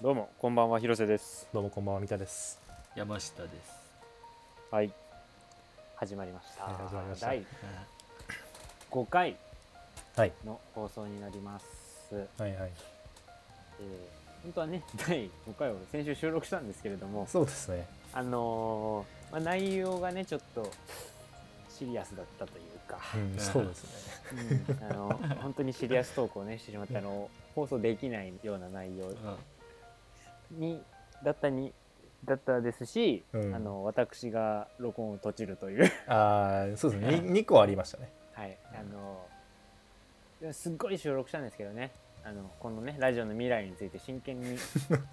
どうもこんばんは、広瀬です。 どうもこんばんは、三田です。 山下です。 はい、始まりました。 始まりました。 第5回はいの放送になります。 はいはい。 本当はね、第5回を先週収録したんですけれども、 そうですね。 内容がねちょっとシリアスだったというか、 そうですね。 本当にシリアストークをねしてしまったのを放送できないような内容だったですし、私が録音を閉じるというそうですね。2個ありましたね。 はい、すっごい収録したんですけどね、このねラジオの未来について真剣に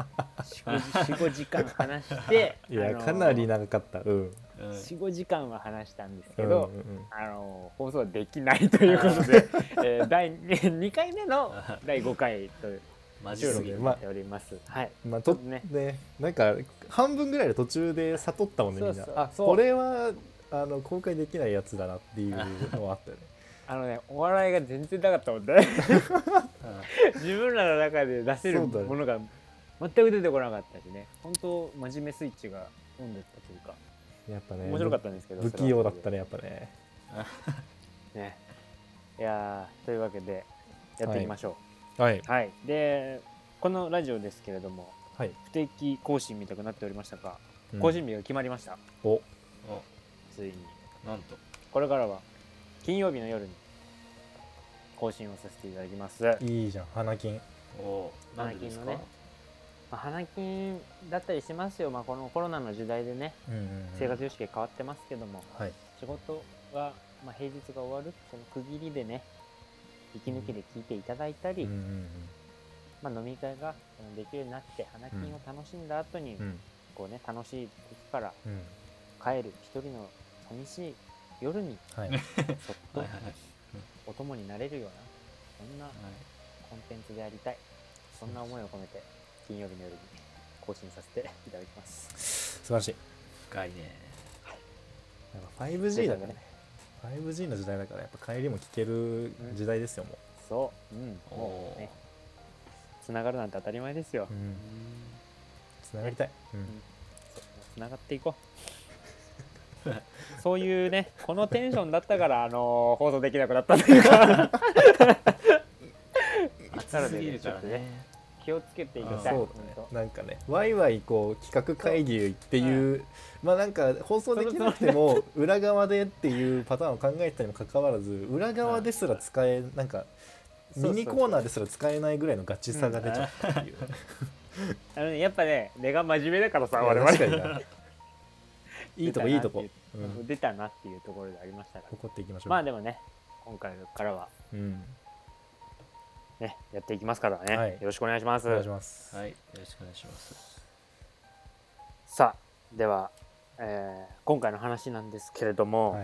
45時間話していや、かなり長かった。 45時間は話したんですけど、放送できないということで、第2回目の第5回という収録になっております。はい。 まあとね、なんか半分ぐらいで途中で悟ったもんね、みんな。これは公開できないやつだなっていうのはあったよね。 お笑いが全然なかったもんね。自分らの中で出せるものが全く出てこなかったしね。本当真面目スイッチがオンだったというか。 やっぱね。 面白かったんですけど。 不器用だったね、やっぱね。 ね。いやというわけでやっていきましょう。 はい。 はい。で、このラジオですけれども、 はい、 不定期更新みたくなっておりましたが、更新日が決まりました。ついに。 なんと。 これからは金曜日の夜に更新をさせていただきます。 いいじゃん、花金。 花金のね。花金だったりしますよ。このコロナの時代でね、生活様式が変わってますけども、仕事が、平日が終わるその区切りでね、息抜きで聞いていただいたり、飲み会ができるようになって花金を楽しんだ後に、こうね、楽しい時から帰る一人の寂しい夜にそっとお供になれるようなそんなコンテンツでありたい、そんな思いを込めて金曜日の夜に更新させていただきます。 素晴らしい。 深いね。 やっぱ 5G だからね。5G の時代だからやっぱ帰りも聞ける時代ですよ、もう。 そう、もうね、つながるなんて当たり前ですよ。 つながりたい。 つながっていこう。そういうね、このテンションだったから放送できなくなったというか暑すぎるからね。 気をつけていきたい。 そうだね。なんかね、ワイワイこう企画会議っていう、なんか放送できなくても裏側でっていうパターンを考えたにもかかわらず、裏側ですら使え、なんかミニコーナーですら使えないぐらいのガチさが出ちゃったっていう。 やっぱね、根が真面目だからさ、我 々。いいとこいいとこ。 出たなっていうところでありましたから。 怒っていきましょう。 でもね、今回からはね、やっていきますからね、よろしくお願いします。 はい、よろしくお願いします。 さあ、では、今回の話なんですけれども、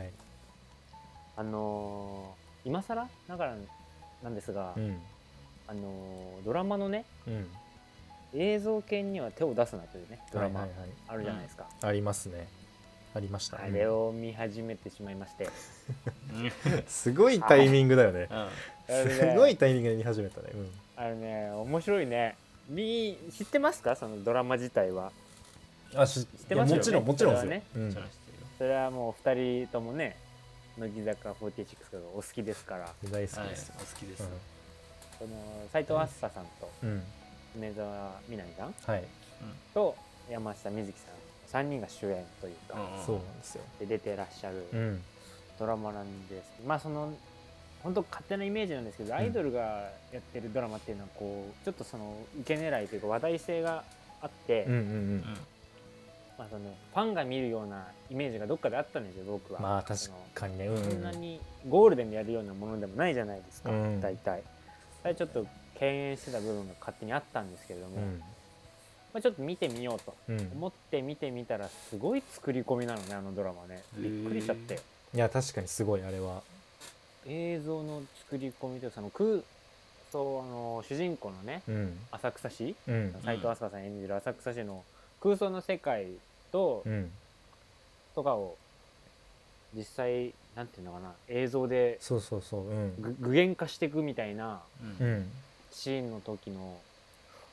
今更ながらなんですが、ドラマのね、映像系には手を出すなというね、ドラマあるじゃないですか。 ありますね。ありました。 あれを見始めてしまいまして、 すごいタイミングだよね。すごいタイミングで見始めたね。 面白いね。知ってますか、そのドラマ自体は。 知ってますよね。もちろんですね。 それはもう2人ともね、乃木坂46がお好きですから。 大好きです。 お好きです。 齋藤飛鳥さんと梅澤美波さんと山下美月さん3人が主演というか、 そうなんですよ。 で出てらっしゃるドラマなんです。その本当勝手なイメージなんですけど、アイドルがやってるドラマっていうのはこうちょっとその受け狙いというか話題性があって、そのファンが見るようなイメージがどっかであったんですよ、僕は。 確かにね。 そんなにゴールデンでやるようなものでもないじゃないですか、大体。ちょっと敬遠してた部分が勝手にあったんですけれども、ちょっと見てみようと思って見てみたら、すごい作り込みなのね、あのドラマね。びっくりしちゃって。 いや、確かにすごい、あれは。 映像の作り込みというか、主人公のね、浅草市、齋藤飛鳥さん演じる浅草市の空想の世界とかを実際なんていうのかな、映像で具現化していくみたいなシーンの時の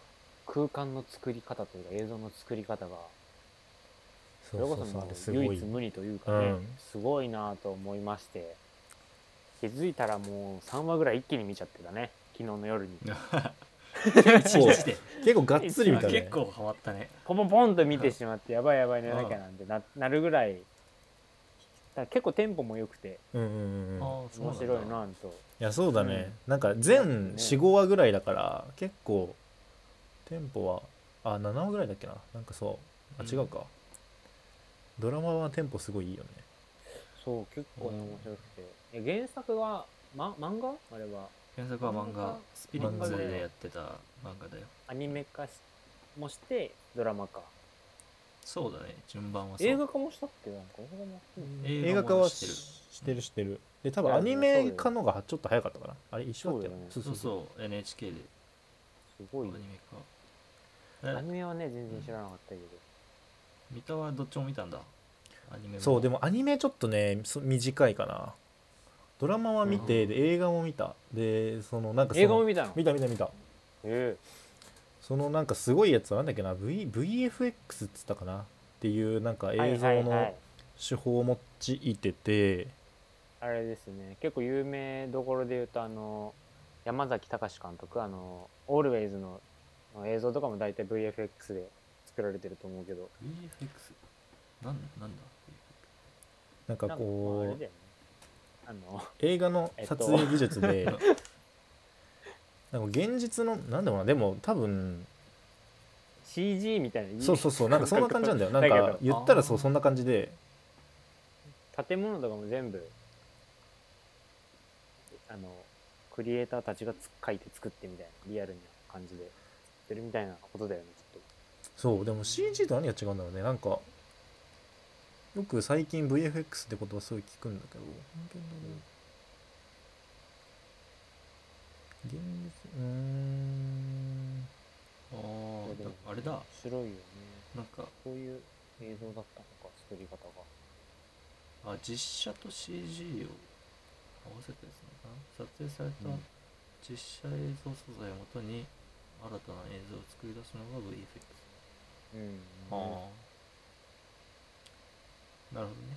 空間の作り方というか映像の作り方がそれこそもそうう唯一無二というかね、 うんすごいなと思いまして、気づいたらもう3話ぐらい一気に見ちゃってたね、昨日の夜に。 結構結構がっつり見たね。 結構ハマったね。 ポンポンと見てしまってやばいやばい寝なきゃなんて なるぐらい、だから結構テンポも良くて面白いなと。 いやそうだね、なんか全 4,5 話ぐらいだから結構テンポは7話ぐらいだっけな、なんかそう違うか、ドラマはテンポすごいいいよね。 そう結構ね面白くて、原作は、漫画あれは原作は漫画、スピリッツでやってた漫画だよ。 アニメ化もしてドラマ化。 そうだね、順番はそう。 映画化もしたっけ？なんか映画化はしてる。で多分アニメ化のがちょっと早かったかな、あれ一緒だったよね。 そう NHK で。 すごいアニメ化。 アニメはね全然知らなかったけど、 三田はどっちも見たんだ。アニメも。 そうでもアニメちょっとね短いかな。ドラマは見て、で映画も見た。でそのなんか映画も見たの？ 見た。そのなんかすごいやつはなんだっけな、VFX っつったかなっていうなんか映像の手法を用いてて、 あれですね、結構有名どころで言うと山崎隆監督オールウェイズの映像とかも大体 VFX で作られてると思うけど。 VFX なんだなんかこう、 なんか映画の撮影技術で、なんか現実のなんだろうな、でも多分 CG みたいな、 そうなんかそんな感じなんだよ。なんか言ったらそんな感じで、 建物とかも全部クリエイターたちが書いて作ってみたいなリアルな感じで作ってるみたいなことだよねきっと。 そうでも CG と何が違うんだろうね。なんかよく最近 VFX ってことはすごい聞くんだけど、現実あれだ。 面白いよね。 なんかこういう映像だったのか作り方が。 実写と CG を合わせたやつなのかな。撮影された実写映像素材をもとに新たな映像を作り出すのが VFX。なるほどね。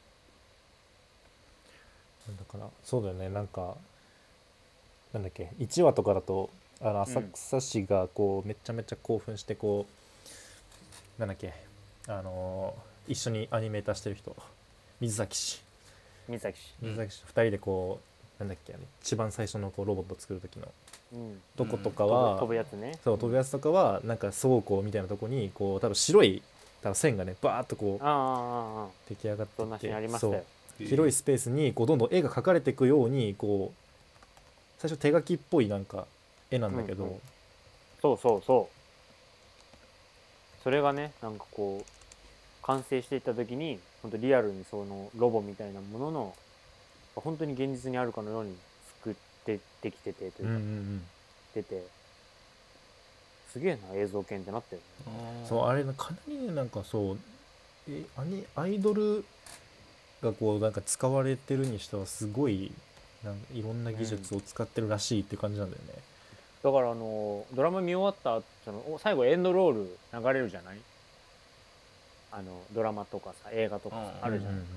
だからそうだよね。なんかなんだっけ、1話とかだと浅草市がこうめちゃめちゃ興奮してこうなんだっけ一緒にアニメーターしてる人水崎氏2人でこうなんだっけ、一番最初のこうロボット作る時のとことかは、 飛ぶやつね。 そう飛ぶやつとかはなんか倉庫みたいなとこにこう多分白い線がねバーッとこう出来上がっていって、そう広いスペースにこうどんどん絵が描かれていくようにこう最初手書きっぽいなんか絵なんだけど、 そうそれがねなんかこう完成していった時に本当リアルにそのロボみたいなものの本当に現実にあるかのように作ってできててというか、出てすげえな映像系ってなったよね。 そうあれかなりねなんかそうアイドルがこうなんか使われてるにしてはすごいなんかいろんな技術を使ってるらしいっていう感じなんだよね。 だからドラマ見終わった最後エンドロール流れるじゃない、ドラマとかさ映画とかあるじゃない、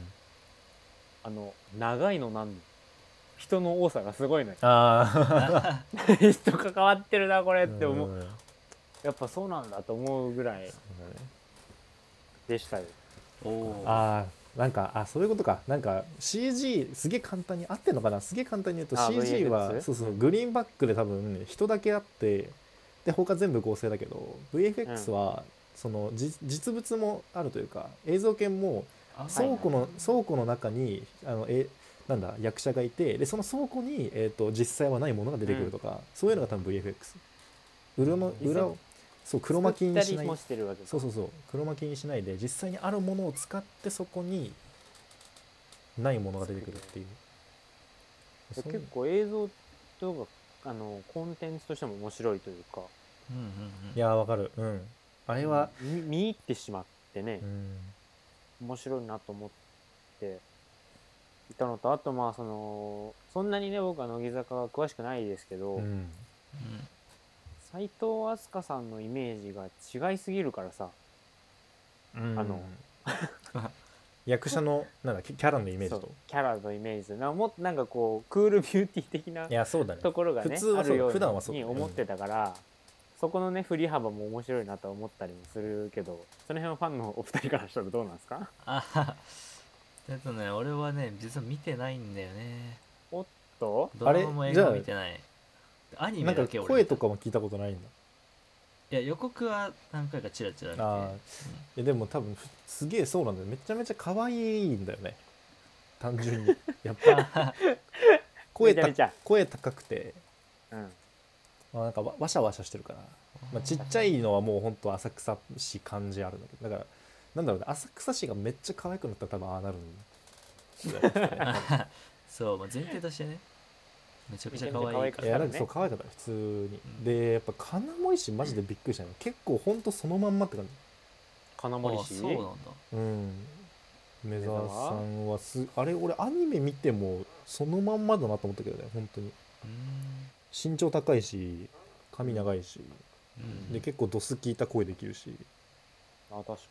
長いのなんの人の多さがすごいのよ。人関わってるなこれって思う。やっぱそうなんだと思うぐらいでしたよ。 なんかそういうことか。なんか CG すげえ簡単に合ってんのかな。すげえ簡単に言うと CG はそうグリーンバックで多分人だけあってで他全部合成だけど VFX はその実物もあるというか映像系も倉庫の中になんだ役者がいてでその倉庫に実際はないものが出てくるとか、そういうのが多分 VFX。裏をそう黒巻きにしない、そう黒巻きにしないで実際にあるものを使ってそこにないものが出てくるっていう。 結構映像とかコンテンツとしても面白いというか、 いやわかる。あれは見入ってしまってね、面白いなと思っていたのと、あとそんなにね僕は乃木坂は詳しくないですけど、 斎藤飛鳥さんのイメージが違いすぎるからさ、 役者のなんだキャラのイメージとキャラのイメージもっとなんかこうクールビューティー的ないやそうだねところがね普通はそうあるよ普段はそううに思ってたから、そこのね振り幅も面白いなと思ったりもするけど、その辺はファンのお二人からしたらどうなんですか？ 俺はね実は見てないんだよね。 おっとドラマも映画も見てない。アニメだけ俺声とかも聞いたことないんだ。 いや予告は何回かチラチラ見て。 でも多分すげえそうなんだよ。めちゃめちゃ可愛いんだよね単純にやっぱ声高くて、なんかワシャワシャしてるから、ちっちゃいのはもうほんと浅草し感じあるんだけど、だからなんだろうね、浅草市がめっちゃ可愛くなったら多分ああなるんだよそう、前提としてねめちゃくちゃ可愛いから、 いやなんかそう可愛かった普通に、でやっぱ金森氏マジでびっくりしたね、結構ほんとそのまんまって感じ。 金森氏そうなんだ。 梅沢さんはあれ俺アニメ見てもそのまんまだなと思ったけどね、本当に身長高いし髪長いし、で結構ドス効いた声できるし、 確か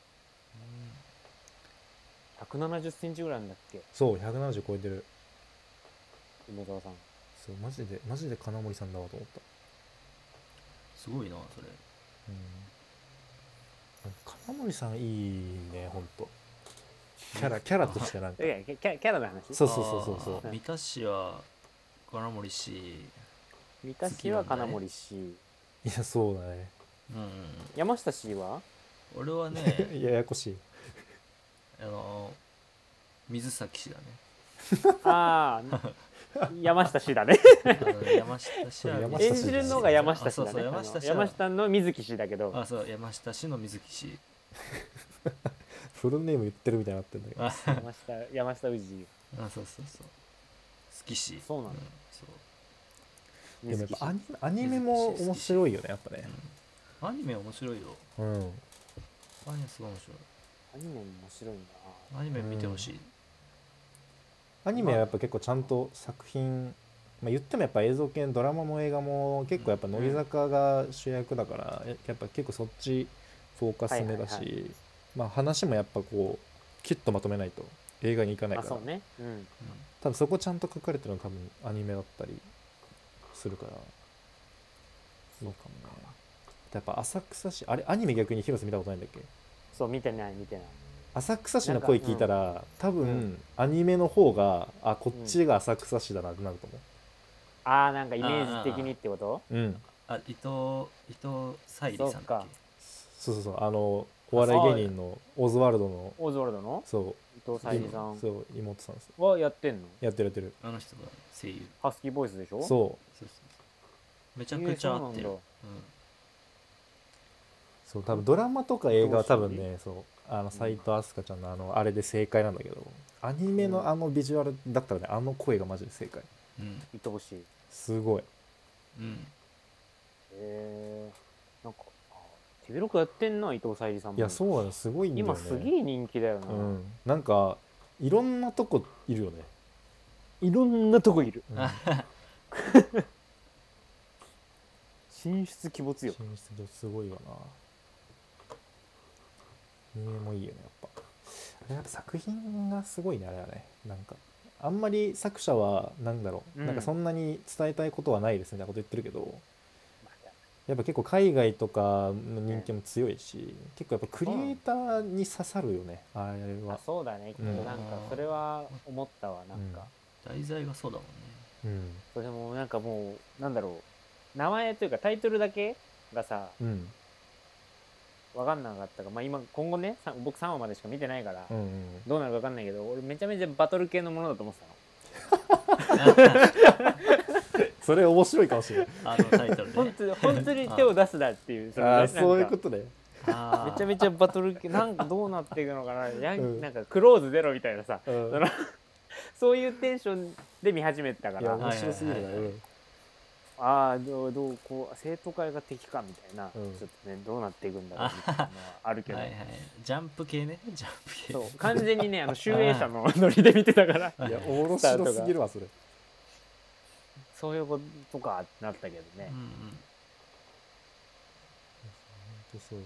に170センチぐらいなんだっけ。 そう170超えてる梅沢さん。 そうマジで金森さんだわと思った。 すごいなそれ。 金森さんいいねほんと。キャラとしてなんかキャラの話。 そう三田氏は金森氏、 三田氏は金森氏、 いやそうだね。 山下氏は俺はねややこしい水崎氏だね。 山下氏だね山下氏は演じるのが山下氏だね。 山下の水木氏だけど、 そう山下氏の水木氏フルネーム言ってるみたいになってんだけど山下氏。 そう好き氏。 そうなの。 でもやっぱアニメも面白いよねやっぱね。 アニメ面白いよ。アニメすごい面白い。 アニメ面白いんだ。 アニメ見てほしい。 アニメはやっぱ結構ちゃんと作品、言ってもやっぱ映像系ドラマも映画も結構やっぱ乃木坂が主役だから、やっぱ結構そっちフォーカス目だし、話もやっぱこうキュッとまとめないと映画に行かないから、多分そこちゃんと書かれてるのは多分アニメだったりするからいいかもね。やっぱ浅草市あれアニメ逆に広瀬見たことないんだっけ？ そう見てない。 浅草市の声聞いたら多分アニメの方がこっちが浅草市だなってなると思う。 なんかイメージ的にってこと？ 伊藤沙莉さんだっけ？ そうお笑い芸人のオズワルドのそう伊藤沙莉さん、 そう妹さんですはやってんの？ やってる。 あの人が声優ハスキーボイスでしょ？ そうめちゃくちゃ合ってる。 そう多分ドラマとか映画は多分ね斎藤飛鳥ちゃんのあれで正解なんだけど、アニメのビジュアルだったらね声がマジで正解。 愛おしい。 すごい。 なんか手広くやってんな伊藤沙莉さんも。 いやそうなのすごいんだよね。 今すげえ人気だよな。 なんかいろんなとこいるよね。 いろんなとこいる。進出鬼没よ。 進出すごいわな。アニメもいいよねやっぱ。やっぱ作品がすごいねあれはね。なんかあんまり作者はなんだろう、なんかそんなに伝えたいことはないですみたいなこと言ってるけど、やっぱ結構海外とかの人気も強いし、結構やっぱクリエイターに刺さるよねあれは。 そうだね。なんかそれは思ったわ。なんか題材がそうだもんね。 それもなんかもうなんだろう、名前というかタイトルだけがさ分かんなかったか、今後ね僕3話までしか見てないから、どうなるか分かんないけど、俺めちゃめちゃバトル系のものだと思ってたの。 それ面白いかもしれない。 タイトルで本当に手を出すなっていう。 そういうことね。 めちゃめちゃバトル系なんかどうなっていくのかな、なんかクローズゼロみたいなさ、そういうテンションで見始めたから、 面白すぎるね。 どうこう生徒会が敵かみたいな、ちょっとねどうなっていくんだろうみたいなのはあるけど、 ジャンプ系ね。 そう完全にね集英社のノリで見てたから、 いや面白すぎるわそれ。 そういうことかってなったけどね。 そう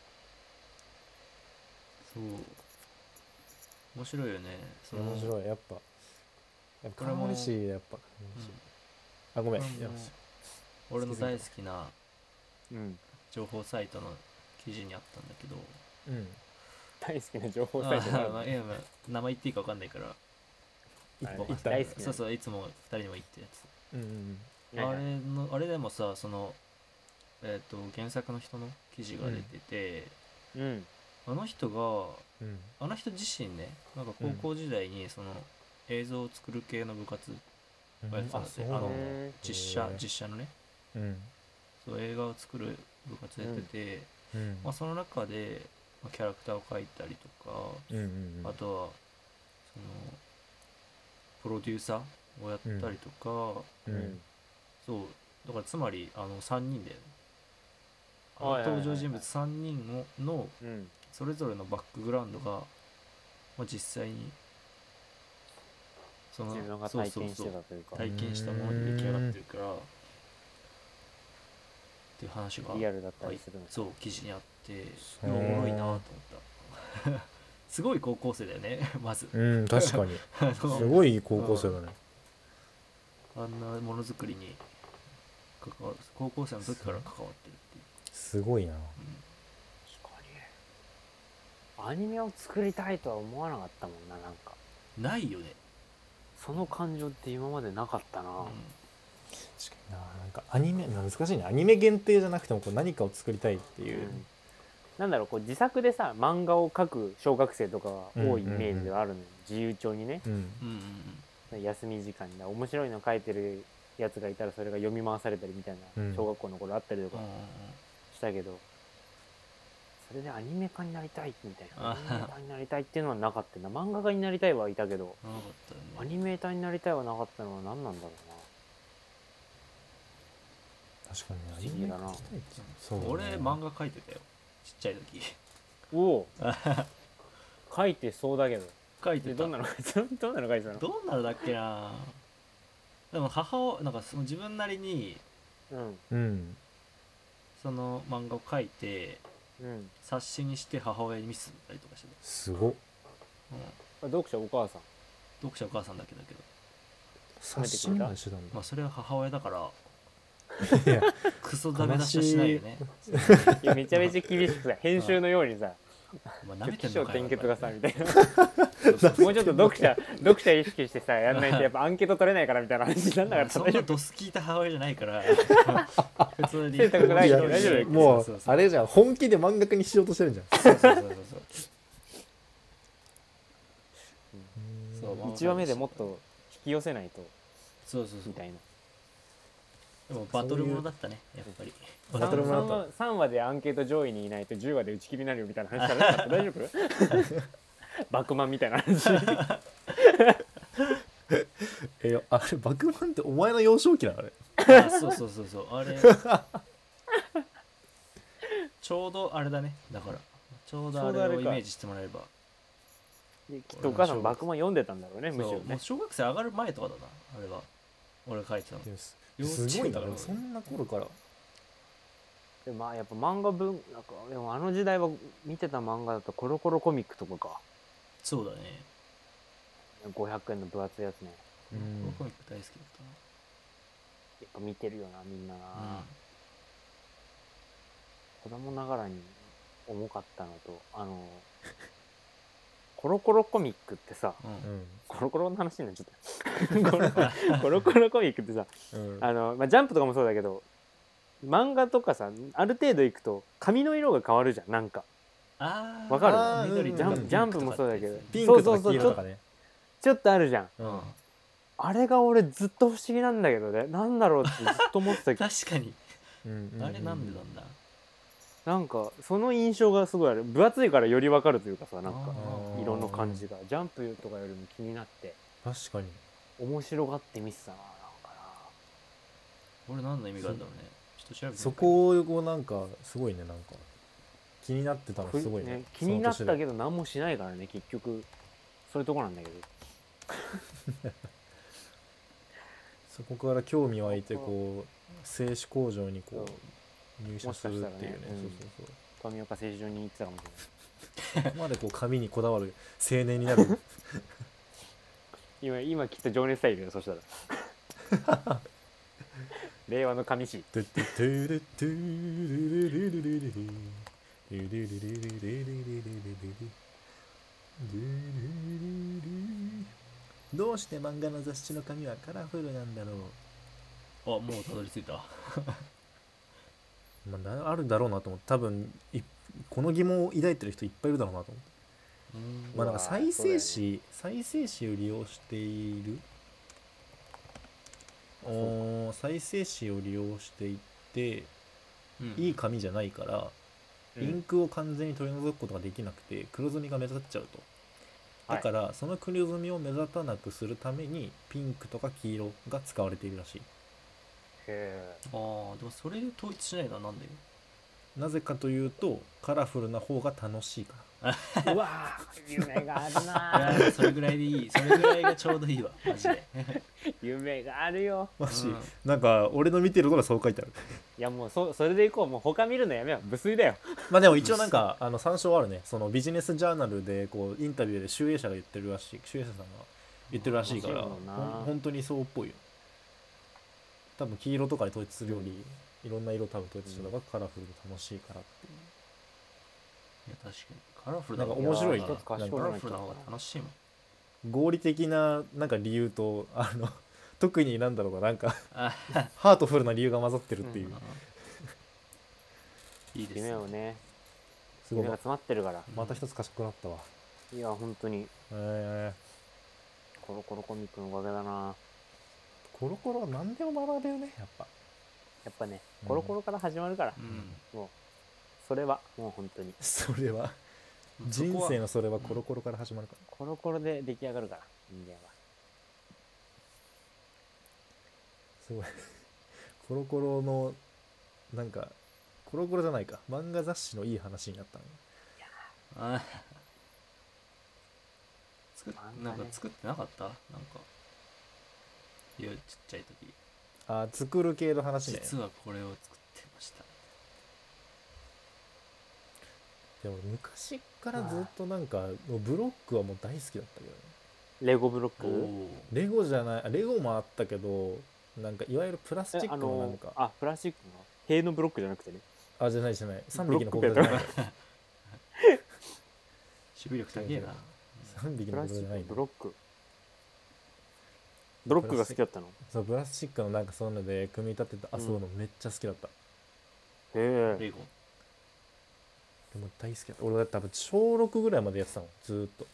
そう面白いよね。その面白い。やっぱこれも金森氏やっぱ、あ、ごめん。いや俺の大好きなうん情報サイトの記事にあったんだけど、 大好きな情報サイトがあるまあいやまあ名前言っていいか分かんないから行った大好きなそうそういつも2人にも言ってやつ、 はいはいあれでもさその原作の人の記事が出てて、 うんあの人自身ねなんか高校時代にその映像を作る系の部活をやってたんだって、実写のね、そう映画を作る部活やってて、まあ、その中で、まあ、キャラクターを描いたりとか、あとはそのプロデューサーをやったりとか、そうだからつまり3人で登場人物3人のそれぞれのバックグラウンドが、まあ、実際にその自分が体験してたというか体験したもので出来上がってるからっていう話がリアルだったりするの、 そう記事にあっておもろいなと思ったすごい高校生だよねまず確かにすごい高校生だね。 あんなものづくりに関わる高校生の時から関わってるっていうすごいな。 確かにアニメを作りたいとは思わなかったもんな。なんかないよね。 その感情って今までなかったな、 確かにな。なんかアニメ難しいね。アニメ限定じゃなくてもこう何かを作りたいっていう、 なんだろう、こう自作でさ漫画を描く小学生とかが多いイメージではあるのよ、自由帳にね、休み時間に面白いの描いてるやつがいたらそれが読み回されたりみたいな小学校の頃あったりとかしたけど、それでアニメ化になりたいみたいな、アニメーターになりたいっていうのはなかったな。漫画家になりたいはいたけど、アニメーターになりたいはなかったのは何なんだろうな。 確かに不思議だな。 そう、俺漫画描いてたよちっちゃい時。 おお描いてそうだけど。 描いてた。 どんなの描いてたの？どんなの描いてたの？ どんなのだっけな。でもなんかその自分なりにその漫画を描いて冊子にして母親に見せたりとかしてた。 すごっ。 読者お母さん。 読者お母さんだけだけど。 冊子にまでしてたんだ。 まあそれは母親だから。 いやクソダメ出しはしないよね。 いやめちゃめちゃ厳しくさ、編集のようにさ、起承転結がさみたいな。もうちょっと読者意識してさやんないとやっぱアンケート取れないからみたいな話なんだから。 そんなドス聞いた母親じゃないから普通に大丈夫。 もうあれじゃん、本気で漫画家にしようとしてるじゃん。 1話目でもっと引き寄せないとみたいな。 でもバトルものだったねやっぱり。 バトルものだった。 3話でアンケート上位にいないと10話で打ち切りになるよみたいな話されなかった？大丈夫？バクマンみたいな話。 あれバクマンってお前の幼少期なのあれ？ そうあれちょうどあれだね。だからちょうどあれをイメージしてもらえば。 きっとお母さんバクマン読んでたんだろうね。むしろね。 もう小学生上がる前とかだなあれは。俺が書いてたの。 すごいな。そんな頃から。 でまあやっぱ漫画なんかでもあの時代は見てた漫画だとコロコロコミックとかか。 そうだね。 500円の分厚いやつね。 コロコロコミック大好きだったな。 やっぱ見てるよなみんなな。子供ながらに重かったのとコロコロコミックってさ、コロコロの話になっちゃったコロコロコミックってさ、まあ、ジャンプとかもそうだけど漫画とかさある程度いくと髪の色が変わるじゃん。なんかわかる？ジャンプもそうだけどピンクとか黄色とかね、 ちょっとあるじゃん。あれが俺ずっと不思議なんだけどね。なんだろうってずっと思ってたけど確かにあれなんでなんだ。 なんかその印象がすごいある。分厚いからより分かるというかさ、なんか色の感じがジャンプとかよりも気になって確かに面白がって見てたな。なんかな。俺何の意味があるんだろうね。ちょっと調べてみよう。 そこをなんかすごいね。なんか気になってたのすごいね。 気になったけど何もしないからね結局。そういうとこなんだけどそこから興味湧いてこう製紙工場にこう入社するっていうね。そう富岡製糸場に行ってたかもしれない。 ここまでこう髪にこだわる青年になる今きっと情熱大陸よ、そしたら令和の髪師。どうして漫画の雑誌の紙はカラフルなんだろう。 あ、もうたどり着いたまあ、あるだろうなと思って、多分この疑問を抱いてる人いっぱいいるだろうなと思って。まあなんか再生紙を利用している、再生紙を利用していて、いい紙じゃないから、インクを完全に取り除くことができなくて黒ずみが目立っちゃうと。だからその黒ずみを目立たなくするためにピンクとか黄色が使われているらしい。 でもそれで統一しないのはなんで？ なぜかというとカラフルな方が楽しいからうわ夢があるなそれぐらいでいい。それぐらいがちょうどいいわマジで夢があるよマジ、なんか俺の見てるのがそう書いてある。 いやもうそれでいこう。もう他見るのやめよう。無粋だよ。 まあでも一応なんか参照あるね。そのビジネスジャーナルでこうインタビューで集英社が言ってるらしい、集英社さんが言ってるらしいから、本当にそうっぽいよ。多分黄色とかで統一するよりいろんな色多分統一したのがカラフルで楽しいからっていう。 いや確かにカラフルなんか面白いね。 カラフルな方が楽しいもん。 合理的ななんか理由と特になんだろうな、なんかハートフルな理由が混ざってるっていう、 いいですね。 夢をね、 すごい夢が詰まってるから。 また一つ賢くなったわ。 いや本当にコロコロコミックのおかげだな。 コロコロは何でも学べるね、やっぱね、 コロコロから始まるから、もうそれはもう本当にそれは人生のそれはコロコロから始まるから、 コロコロで出来上がるから人間は。 すごいコロコロのなんかコロコロじゃないか、漫画雑誌のいい話になったの。 なんか作ってなかった？なんかちっちゃい時。 作る系の話ね。 実はこれを作ってました。 でも昔からずっとなんかブロックはもう大好きだったけどね。 レゴブロック？ レゴじゃない、レゴもあったけど、なんかいわゆるプラスチックのなんかプラスチックの塀のブロックじゃなくてね。 じゃない3匹の子供じゃない守備力高いな。 3匹の子供じゃないブロックが好きだったの？ そう、プラスチックのなんかそういうので組み立てて遊ぶのめっちゃ好きだった。 へえ。 レゴでも大好きだった。俺だって多分小6ぐらいまでやってたの、ずーっと。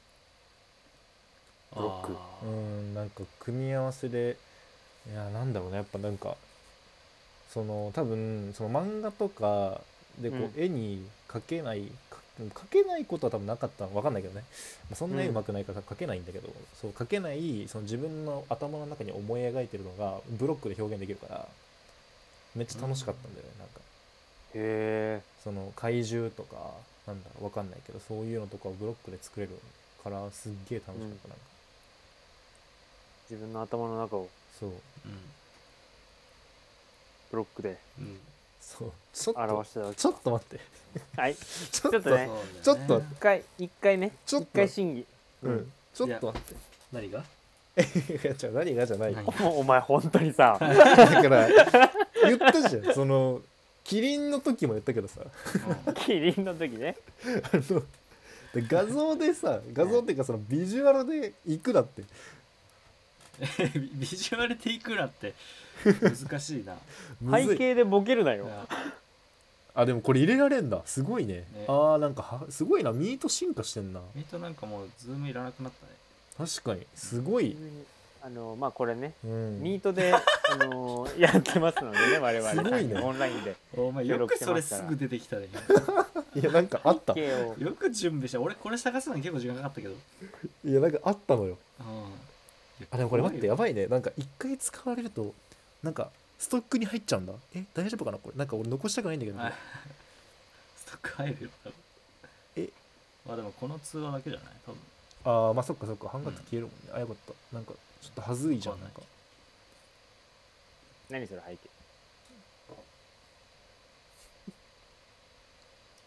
ブロック。 なんか組み合わせで、いやなんだろうね、やっぱなんか多分その漫画とかでこう、絵に描けないことは多分なかったの分かんないけどね、そんな絵うまくないから描けないんだけど、そう描けないその自分の頭の中に思い描いてるのがブロックで表現できるからめっちゃ楽しかったんだよね。なんかへえ。 その怪獣とかなんだろう分かんないけど、そういうのとかをブロックで作れるからすっげえ楽しかった。なんか自分の頭の中をそう、 ブロックでそうちょっと表してたわけ。 ちょっと待ってはいちょっとね、 ちょっと一回ね、一回審議。 ちょっと待って。 何が？ じゃ何がじゃない。 お前本当にさ。 だから言ったじゃん。そのキリンの時も言ったけどさ。 キリンの時ね。 画像でさ、画像っていうかそのビジュアルでいくらってビジュアルでいくらって難しいな。 背景でボケるなよ。 でもこれ入れられんだ。すごいね。なんかすごいな。ミート進化してんな。 ミートなんかもうズームいらなくなったね。 確かにすごい。 まあこれね、ミートでやってますのでね、我々 すごいね、 オンラインで。 お前よくそれすぐ出てきたね。 いやなんかあった。 よく準備した。俺これ探すのに結構時間かかったけど。 いやなんかあったのよ。でもこれ待って、やばいね。なんか一回使われるとなんかストックに入っちゃうんだ。大丈夫かなこれ。なんか俺残したくないんだけど。 ストック入るよ多分。まあでもこの通話だけじゃない多分。 まあそっか半額消えるもんね。よかった。なんかちょっとはずいじゃん。なんか何それ背景。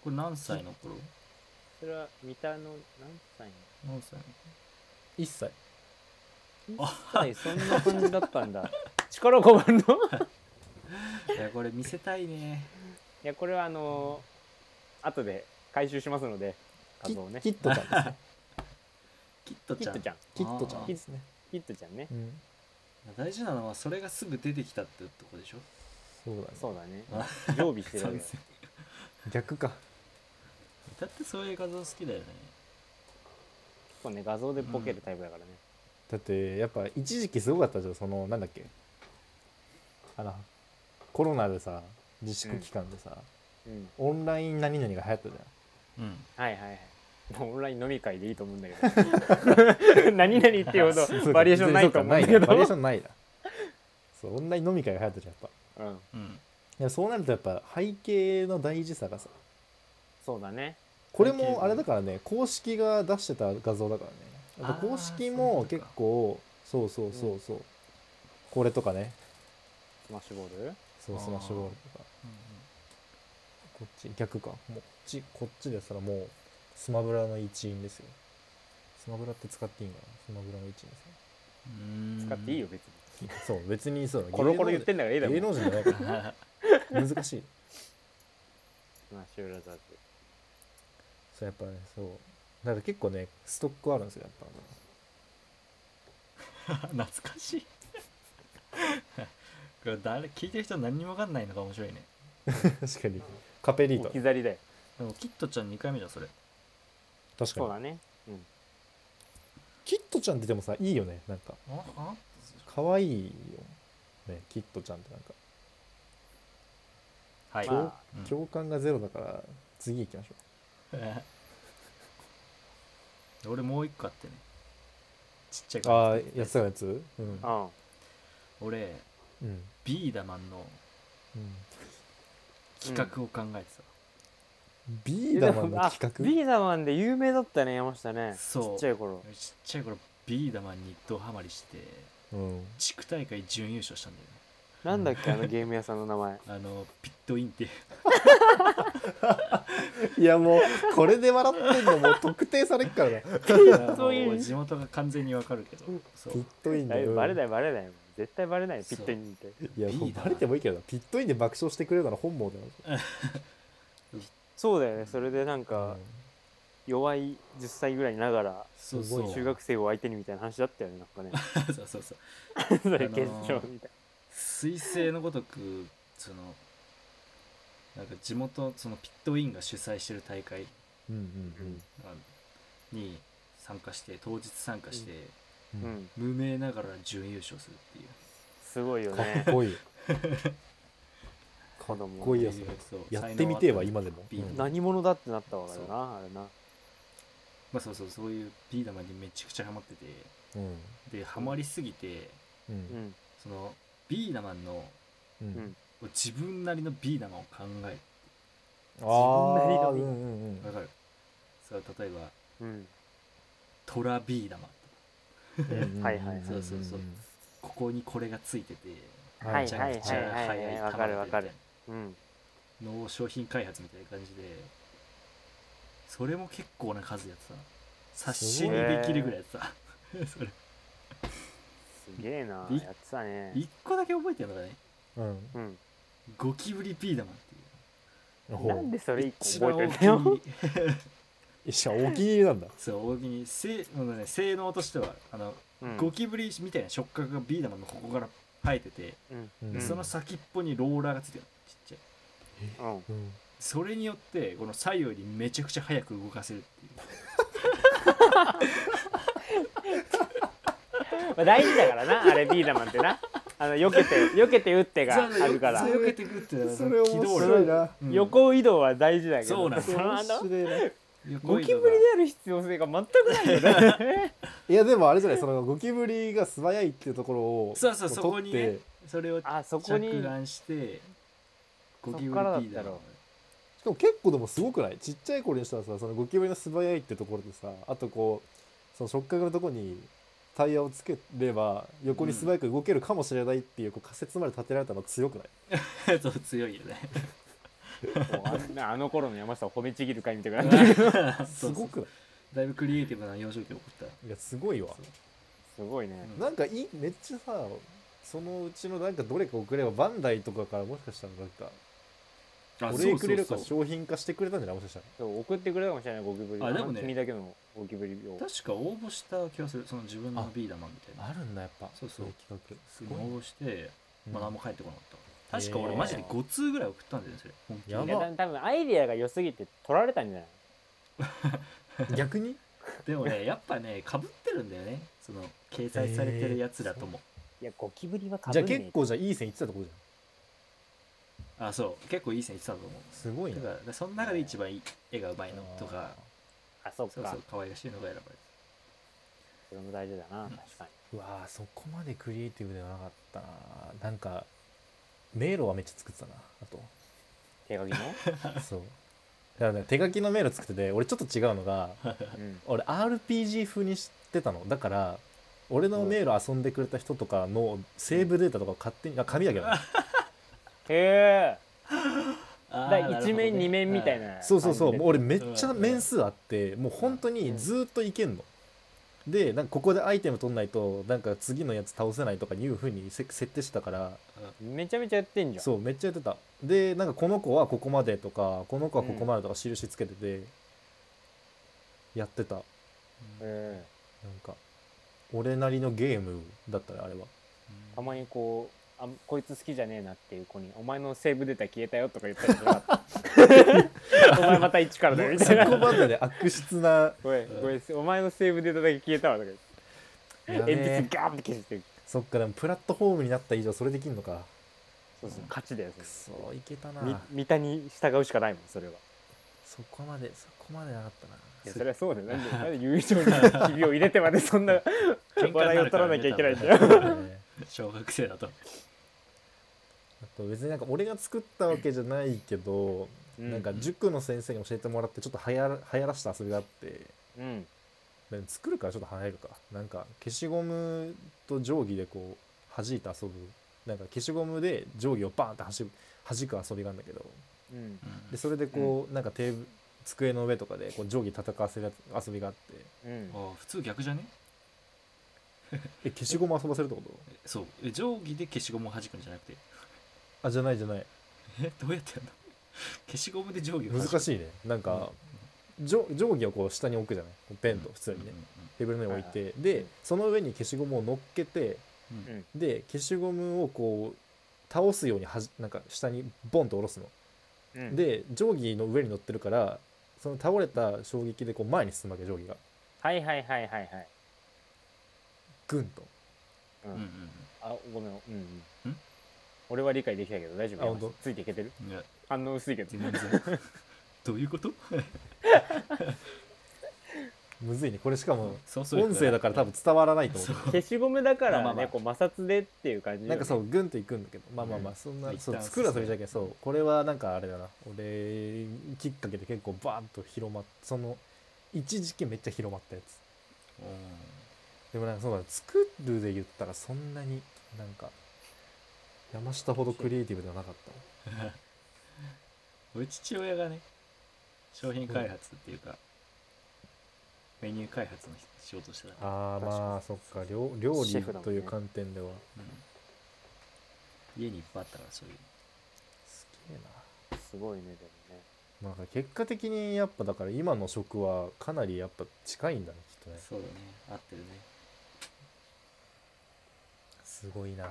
これ何歳の頃？ それは三田の何歳 1歳。 1歳そんな感じだったんだ。力こぶんのいやこれ見せたいね。 いやこれは後で回収しますので画像ね。 キットちゃんですね。 キットちゃん。 キットちゃんですね。 キットちゃんね。 大事なのはそれがすぐ出てきたってとこでしょ。 そうだね。常備してるわけだ。 逆か。 だってそういう画像好きだよね。 結構ね画像でボケるタイプだからね。 だってやっぱ一時期すごかったじゃん。そのなんだっけ、コロナでさ自粛期間でさ、オンライン何々が流行ったじゃん。 はいはいはい。オンライン飲み会でいいと思うんだけど何々っていうほどバリエーションないと思うんだけど。 バリエーションないな。そう、オンライン飲み会が流行ったじゃんやっぱ。いやそうなるとやっぱ背景の大事さがさ。 そうだね。 これもあれだからね、公式が出してた画像だからね。やっぱ公式も結構そう、これとかね。 スマッシュボール？ そう、スマッシュボールとか。こっち逆か。もうこっちでしたらもうスマブラの一員ですよ。スマブラって使っていいんかな。スマブラの一員ですよ。 使っていいよ別に。 そう別にそう。 コロコロ言ってんだからいいだろ。 芸能人じゃないから難しい。 スマッシュブラザーズ。 そうやっぱね、そうだから結構ねストックあるんですよやっぱ。懐かしい。これ聞いてる人何にも分かんないのが面白いね。 確かにカペリート。 置き去りだよ。 でもキットちゃん2回目じゃんそれ。 確かに。 そうだね。 キットちゃんってでもさいいよね、なんか可愛いよね、キットちゃんってなんか。 はい。 共感がゼロだから次行きましょう。 俺もう一個あってね、ちっちゃいからやつがやつ、 俺、ビーダマンの企画を考えてた。 ビーダマンの企画？ ビーダマンで有名だったね山下ね。 そう、 ちっちゃい頃ビーダマンにドハマりして、地区大会準優勝したんだよね。 なんだっけゲーム屋さんの名前。 ピットインっていう。 いやもうこれで笑ってんのもう特定されっからな。 地元が完全にわかるけど。 ピットインでバレない。絶対バレないよピットインって。 いやもうバレてもいいけどな、ピットインで爆笑してくれるなら本望だよ。 そうだよね。それでなんか弱い10歳ぐらいながら中学生を相手にみたいな話だったよねなんかね。 そうそれ決勝みたいな。 彗星のごとくそのなんか地元そのピットインが主催してる大会に参加して当日参加して、無名ながら準優勝するっていう。 すごいよね。 かっこいい。かっこいいやつ。やってみてえわ今でも。 何者だってなったわけだなあれな。 まあそういうビーダマンにめちゃくちゃハマってて、でハマりすぎて、そのビーダマンの自分なりのビーダマンを考える。 自分なりのビーダマン。 わかる。そう例えばトラビーダマンとか。 はいはい。 そうここにこれがついててめちゃくちゃ速い。わかるわかる。 の商品開発みたいな感じで、それも結構な数やってた。冊子にできるぐらいやってた。それすげえな、やってたね。 一個だけ覚えてるのがね、ゴキブリビーダマンっていう。 なんでそれ一個覚えてるの？ 一番お気に入りなんだ。 そうお気に入り。性能としてはゴキブリみたいな触覚がビーダマンのここから生えてて、その先っぽにローラーがついてるの、ちっちゃい。それによってこの左右にめちゃくちゃ速く動かせるっていう。 大事だからなあれビーダマンってな。避けて打ってがあるから。 避けて打ってそれ面白いな。 横移動は大事だけど。 そうなんですよ。 ゴキブリである必要性が全くないよね。 いやでもあれじゃない、そのゴキブリが素早いっていうところをそこにね、それを着眼してゴキブリビーダマン。 しかも結構でもすごくない？ちっちゃい頃にしたらさ、そのゴキブリの素早いってところでさ、あとこうその触覚のところにタイヤをつければ横に素早く動けるかもしれないっていう、こう仮説まで立てられたの強くない？ そう強いよね。 あの頃の山下を褒めちぎる会みたいな感じすごくない？ だいぶクリエイティブな幼少期を送った。 いやすごいわ。 すごいね、 なんかめっちゃさ、そのうちのなんかどれか送ればバンダイとかからもしかしたらなんかお礼くれるか商品化してくれたんじゃない？もしかしたらそう送ってくれたかもしれない。ゴキブリ。 あでもね、 君だけのゴキブリを確か応募した気がする。その自分のビー玉みたいなあるんだやっぱ。 そうそう企画すごい応募して、まあ、何も返ってこなかった。確か俺マジで5通ぐらい送ったんだよねそれ。本気でやば。 多分アイディアが良すぎて取られたんじゃない？ 逆にでもねやっぱね被ってるんだよね、その掲載されてるやつらとも。 いやゴキブリは被じゃあんねえ。 結構じゃあいい線いってたとこじゃん。 あそう結構いい線いってたと思う。 すごいね。 だからその中で一番いい絵がうまいのとか、 あ、そっか。 そうそう可愛らしいのが選ばれる。 それも大事だな、確かうわーそこまでクリエイティブではなかったな。なんか迷路はめっちゃ作ってたな。あとに。手書きのそうだから、ね、手書きの迷路作ってて、俺ちょっと違うのが、俺 RPG 風にしてたの。だから俺の迷路遊んでくれた人とかのセーブデータとか勝手に紙だけど、ね、 へえ。だなるほどね 1面2面みたいな。 そうそうそう。もう俺めっちゃ面数あって、もう本当にずっといけんの。でなんかここでアイテム取んないとなんか次のやつ倒せないとかいう風に設定してたから、 めちゃめちゃやってんじゃん。 そうめっちゃやってた。でなんかこの子はここまでとかこの子はここまでとか印つけててやってた。なんか俺なりのゲームだったねあれは。 たまにこうこいつ好きじゃねえなっていう子に「お前のセーブデータ消えたよ」とか言ったりしなかったお前また一からだよみたいな。 そこまでで悪質なごめんお前のセーブデータだけ消えたわとか言って鉛筆ガーンって消して。 そっか。でもプラットフォームになった以上それできんのか。 そうそう勝ちだよ。 くそいけたな。 見たに従うしかないもんそれは。 そこまでなかったな。 いやそれはそうだよ。なんで友情にひびを入れてまでそんな笑いを取らなきゃいけないんだよ。 小学生だと。 あと別になんか俺が作ったわけじゃないけど、なんか塾の先生に教えてもらってちょっと流行らした遊びがあって、作るからちょっと離れるか。なんか消しゴムと定規でこう弾いて遊ぶ、なんか消しゴムで定規をバーンって弾く遊びがあるんだけど、でそれでこうなんか机の上とかでこう定規戦わせる遊びがあって、 普通逆じゃね？ 消しゴム遊ばせるってこと？ そう定規で消しゴムを弾くんじゃなくて。 あじゃないどうやってやるの？消しゴムで定規を難しいね。なんか、定規をこう下に置くじゃない、ペンと普通にね、テーブルの上に置いて、でその上に消しゴムを乗っけて、で消しゴムをこう倒すようになんか下にボンと下ろすの、で定規の上に乗ってるからその倒れた衝撃でこう前に進むわけ、定規が。 はいはいはいはいはい。 グンと。 あごめん。俺は理解できたけど大丈夫？ついていけてる？反応薄いけど。 どういうこと？ むずいねこれ。しかも音声だから多分伝わらないと思う。 消しゴムだからね、こう摩擦でっていう感じ。 なんかそうグンといくんだけど、まあそんなそう作る遊びじゃけん。そうこれはなんかあれだな、俺きっかけで結構バーンと広まって、その一時期めっちゃ広まったやつ。でもなんかそうだ、作るで言ったらそんなになんか山下ほどクリエイティブではなかった俺父親がね商品開発っていうかメニュー開発の仕事してた。 まあそっか、料理という観点では、 家にいっぱいあったからそういう。 すげえな。 すごいね。でもね、 まあ結果的にやっぱだから今の職はかなりやっぱ近いんだねきっとね。 そうだね、合ってるね。 すごいな。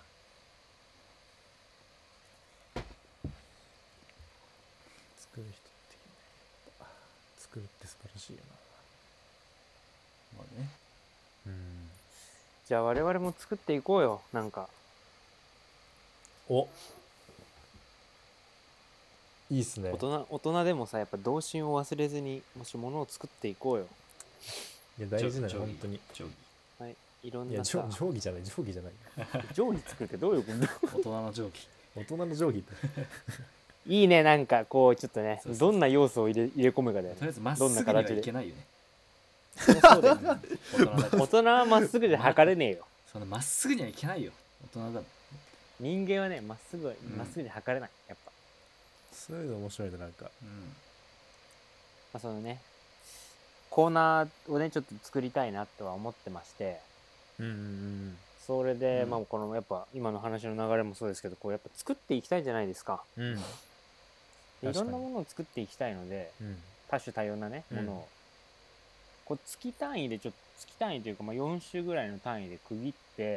作る人って作るって素晴らしいよな。まあね。 じゃあ我々も作っていこうよ。なんかいいっすね。 大人でもさ、やっぱ童心を忘れずにもし物を作っていこうよ。 いや大事なの本当に。 はい、いろんなさ。定規じゃない。定規作るってどういうこと？ 大人の定規。 大人の定規っていいね。なんかこうちょっとね、どんな要素を入れ込むかだよね。 とりあえずまっすぐにはいけないよね。 そうだよね。大人はまっすぐじゃ測れねえよ。 そのまっすぐにはいけないよ。大人だもん。 人間はね、まっすぐに測れない。やっぱそういうの面白いねなんか、 まあ、そのねコーナーをねちょっと作りたいなとは思ってまして、それで、まあこのやっぱ今の話の流れもそうですけどこうやっぱ作っていきたいじゃないですか、いろんなものを作っていきたいので、多種多様なねものをこう月単位で月単位というか、まあ、4週ぐらいの単位で区切って、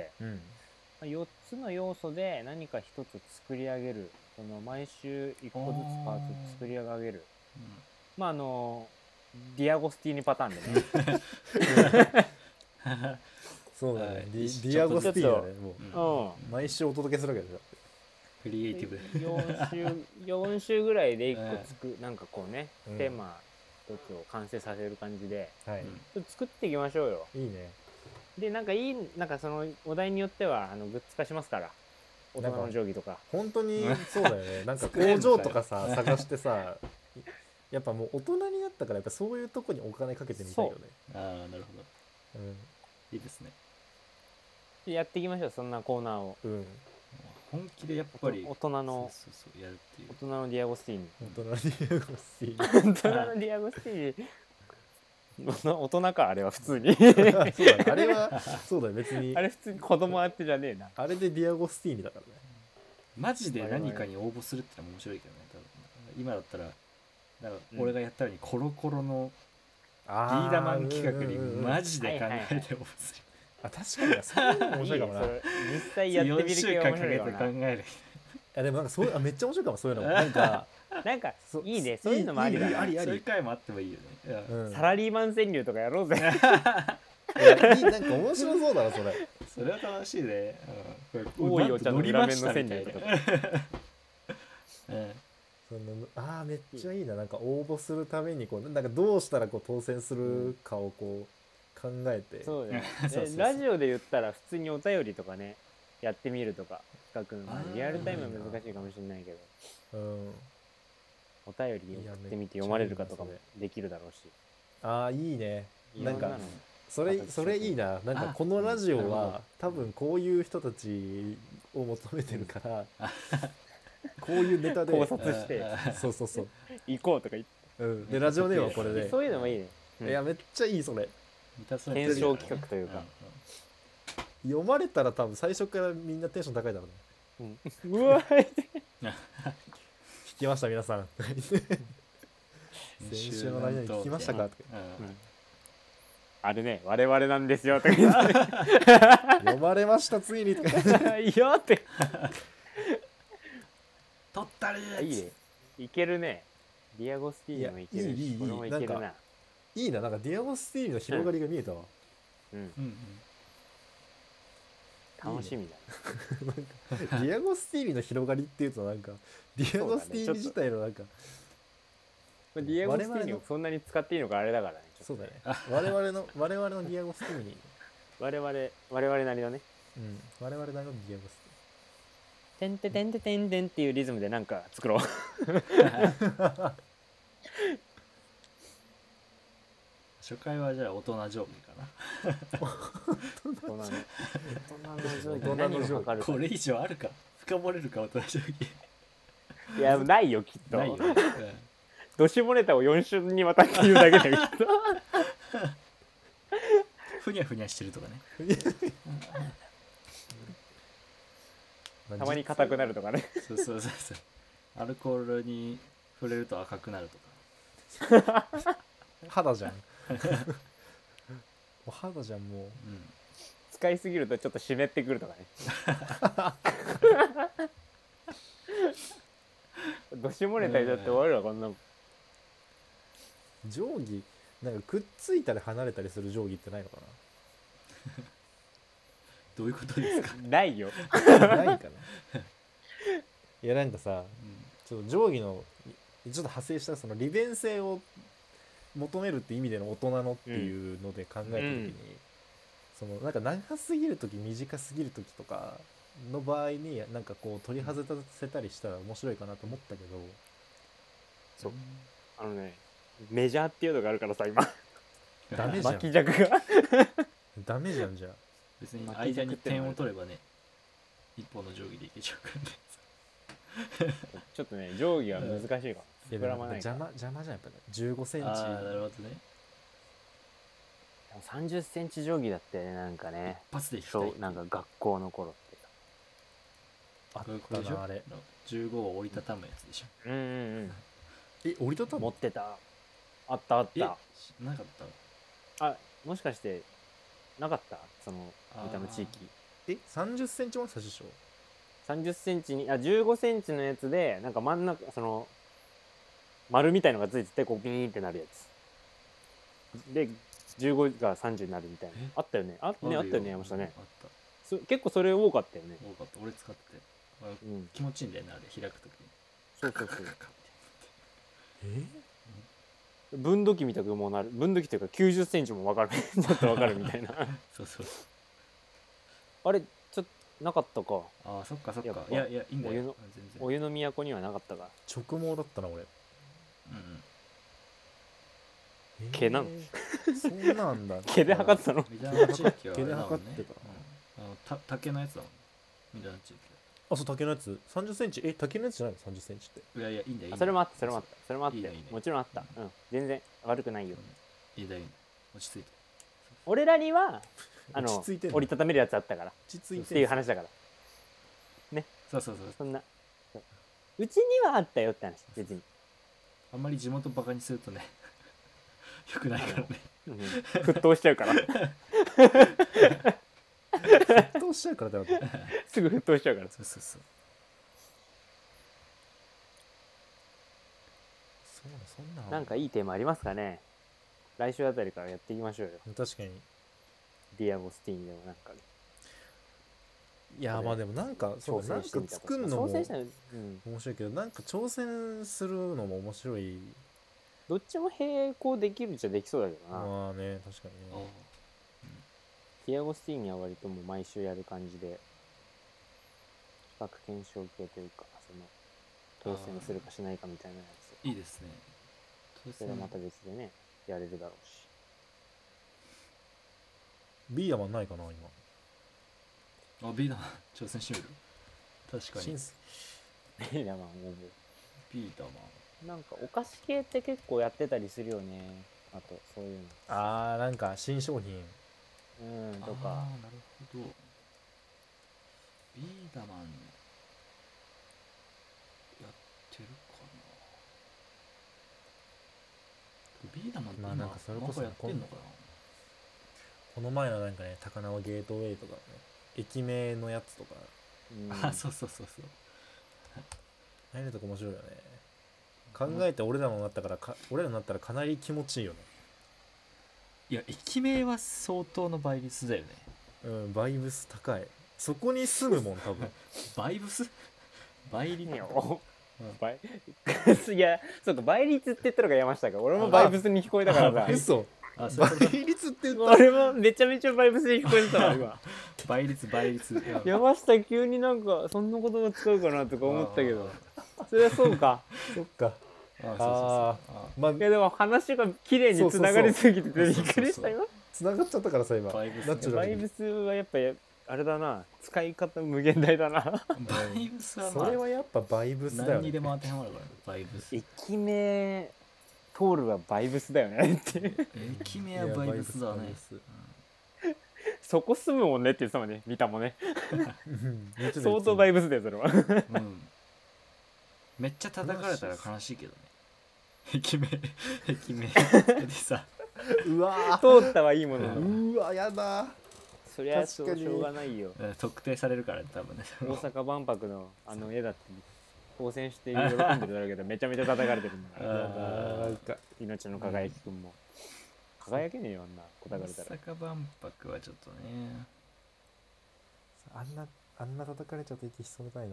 まあ、4つの要素で何か1つ作り上げる、その毎週1個ずつパーツ作り上げる、まあディアゴスティーニパターンでねそうだね、ディアゴスティーニだねもう、毎週お届けするわけでしょ。 クリエイティブ 4週ぐらいで1個なんかこうね、テーマ一つを完成させる感じで、ちょっと作っていきましょうよ。 いいね。 でなんかそのお題によってはグッズ化しますから、大人の定規とか。 本当にそうだよね。なんか工場とかさ探してさ、やっぱもう大人になったからやっぱそういうとこにお金かけてみたいよね。 ああなるほど。いいですね。 やっていきましょうそんなコーナーを。 本気でやっぱり大人のやるっていう。 大人のディアゴスティーニ。 大人のディアゴスティーニ。 大人のディアゴスティーニ。大人かあれは普通に。 そうだね。あれはそうだね別に。 あれ普通に子供あってじゃねえな。 あれでディアゴスティーニだからね。 マジで何かに応募するってのは面白いけどね。多分今だったら俺がやったようにコロコロのビーダマン企画にマジで考えて応募する。 あ確かにそういうの面白いかもな。 実際やってみる系が面白いかもな。 考える。 でもなんかそうめっちゃ面白いかもそういうのもなんかいいねそういうのもありだ。 そういう回もあってもいいよね。サラリーマン川柳とかやろうぜ。 なんか面白そうだなそれ。 それは楽しいね。 多いお茶の裏面の川柳とか。 めっちゃいいな。なんか応募するためにこうなんかどうしたらこう当選するかをこう考えて。 そうね。ラジオで言ったら普通にお便りとかねやってみるとか。リアルタイムは難しいかもしれないけど、お便り送ってみて読まれるかとかもできるだろうし。 いいね。なんかそれいいな。なんかこのラジオは多分こういう人たちを求めてるからこういうネタで考察してそう行こうとか言って、でラジオネームはこれでそういうのもいいね。 いやめっちゃいいそれ。 検証企画というか読まれたら多分最初からみんなテンション高いだろうね。 うわー聞きました皆さん。先週の何々聞きましたか？ あれね我々なんですよとか言って読まれましたついにとかいいよって取ったりいいね。いけるね。ディアゴスティーニもいけるし、これもいけるな。 いいな。なんかディアゴスティーニの広がりが見えたわ。 楽しみだな。ディアゴスティーニの広がりっていうとなんかディアゴスティーニ自体のなんかディアゴスティーニをそんなに使っていいのかあれだからね。 そうだね。我々のディアゴスティーニ。 我々なりのね。 我々なりのディアゴスティーニ。 てんててんててんてんっていうリズムでなんか作ろう。 初回はじゃあ大人定規かな。 大人の定規これ以上あるか深掘れるか大人定規。 いやないよきっと。 ないよ。 どしもネタを4週にわたって言うだけだけど。 ふにゃふにゃしてるとかね。 たまに硬くなるとかね。 そうアルコールに触れると赤くなるとか。 肌じゃん。お肌じゃんもう、 使いすぎるとちょっと湿ってくるとかね。どしもネタにだって終わるわこんな定規なんかくっついたり離れたりする定規ってないのかな。 どういうことですか？ ないよ。 ないかな。いやなんかさ、ちょっと定規のちょっと派生したその利便性を求めるって意味での大人のっていうので考えた時に、そのなんか長すぎる時短すぎる時とかの場合になんかこう取り外せたりしたら面白いかなと思ったけど、 そうメジャーっていうのがあるからさ今ダメじゃん。 巻き尺がダメじゃん。じゃあ別に間に点を取ればね一本の定規でいけちゃうからね。 ちょっとね定規は難しいから膨らまないから。 邪魔じゃんやっぱ15センチ。 ああなるほどね。 30センチ定規だってね、なんかね、 一発で引きたい。 なんか学校の頃ってあったなあれ。 15を折りたたむやつでしょ。 うんうんうん。 折りたたむ持ってた。あったあった。 なかった。 あ、もしかしてなかった？その三田の地域。 30センチも差しでしょ。 30センチに15センチのやつでなんか真ん中その丸みたいのがついててこうビーンってなるやつで15が30になるみたいな。あったよね。あったよね山下ね。あった。結構それ多かったよね。 多かった。俺使ってて、気持ちいいんだよねあれ開くときに。 そう分度器みたくもなる。分度器っていうか90センチも分かるちょっと分かるみたいなそうあれちょっとなかったか。 ああそっかいやいいんだよ。 お湯の都にはなかったか。 直毛だったな俺。 毛なの？ そうなんだ。 毛で測ってたの？ 三田の地域は毛で測ってた。竹のやつだもん。三田の地域。 そう竹のやつ30センチ。竹のやつじゃないの30センチって。 いやいいんだよ。 それもあったもちろんあった。全然悪くないよ。 いいだよ落ち着いて。 俺らには折りたためるやつあったからっていう話だからね。 そうそんなうちにはあったよって話。別にあんまり地元バカにするとねよくないからね。 沸騰しちゃうから沸騰しちゃうからだよすぐ沸騰しちゃうから。 そうそんななんかいいテーマありますかね。来週あたりからやっていきましょうよ。 確かにディアゴスティーニでもなんか、ね、 いやまあでもなんかそうなんか作るのも面白いけど、なんか挑戦するのも面白い。 どっちも並行できるっちゃできそうだけどな。 まあね確かにね。 ディアゴスティーニは割ともう毎週やる感じで比較検証系というか、その挑戦するかしないかみたいなやつ。 いいですね。 それはまた別でねやれるだろうし。 ビーダマンないかな今。ビーダマン挑戦してみる。確かにビーダマンビーダマンなんかお菓子系って結構やってたりするよね。あとそういうのなんか新商品なるとか。 ほど。ビーダマンやってるかな。ビーダマンって今なんかそれこそやってんのかな。 この前のなんかね高輪ゲートウェイとかね駅名のやつとか。 そうあれとか面白いよね。考えて俺らになったらかなり気持ちいいよね。 いや駅名は相当のバイブスだよね。 バイブス高い。そこに住むもん多分バイブス倍率いやそうか倍率って言ったのが山下か。俺もバイブスに聞こえたからさ。 嘘。倍率って言った。 俺もめちゃめちゃバイブスに聞こえてたわ今。 倍率山下急になんかそんな言葉使うかなとか思ったけど、それはそうか。 そっか。 いやでも話が綺麗につながりすぎてびっくりした今。 つながっちゃったからさ今。 バイブスはやっぱあれだな、使い方無限大だな。 バイブスはそれはやっぱバイブスだよね。 何にでも当てはまるからね。バイブス。 駅名通るはバイブスだよねっていう。 駅名はバイブスだね。 そこ住むもんねって言ってたもんね、見たもんね。相当バイブスだよそれは。 めっちゃ叩かれたら悲しいけどね。駅名でさ。 うわ通ったはいいものの。 うわやだ。 そりゃしょうがないよ。 特定されるから多分ね。 大阪万博の絵だって当選して喜んでるだろうけどめちゃめちゃ叩かれてるんだから。命の輝きくんも輝けねえよあんな叩かれたら。 大阪万博はちょっとね。 あんな叩かれちゃって息潜めたいな。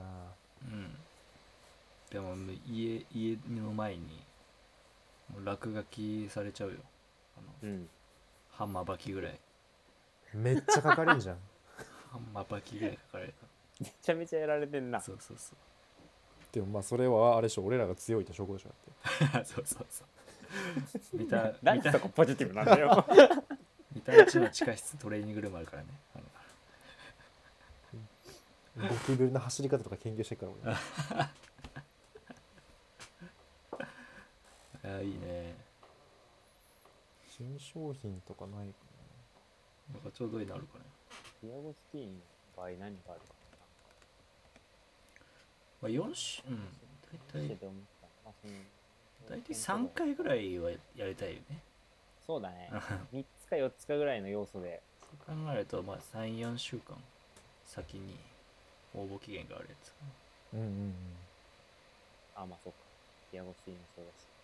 でも家の前にもう落書きされちゃうよ。ハンマーバキぐらい。 めっちゃ書かれるじゃん。 ハンマーバキぐらい書かれた。 めちゃめちゃやられてんな。 そうでもまあそれはあれでしょ、俺らが強いって証拠でしょだって。そう何そこポジティブなんだよ。 三田うちの地下室トレーニングルームあるからね。 ゴキブリの走り方とか研究してるから俺。 あいいね。 新商品とかないかなんかちょうどいいのあるかね。 ディアゴスティーニの場合何があるかな。 まあ、4種、大体大体3回ぐらいはやりたいよね。 そうだね。3つか4つかぐらいの要素で。 そう考えると、まあ3、4週間先に応募期限があるやつ。 あ、まあそうか。ディアゴスティーニもそうだし。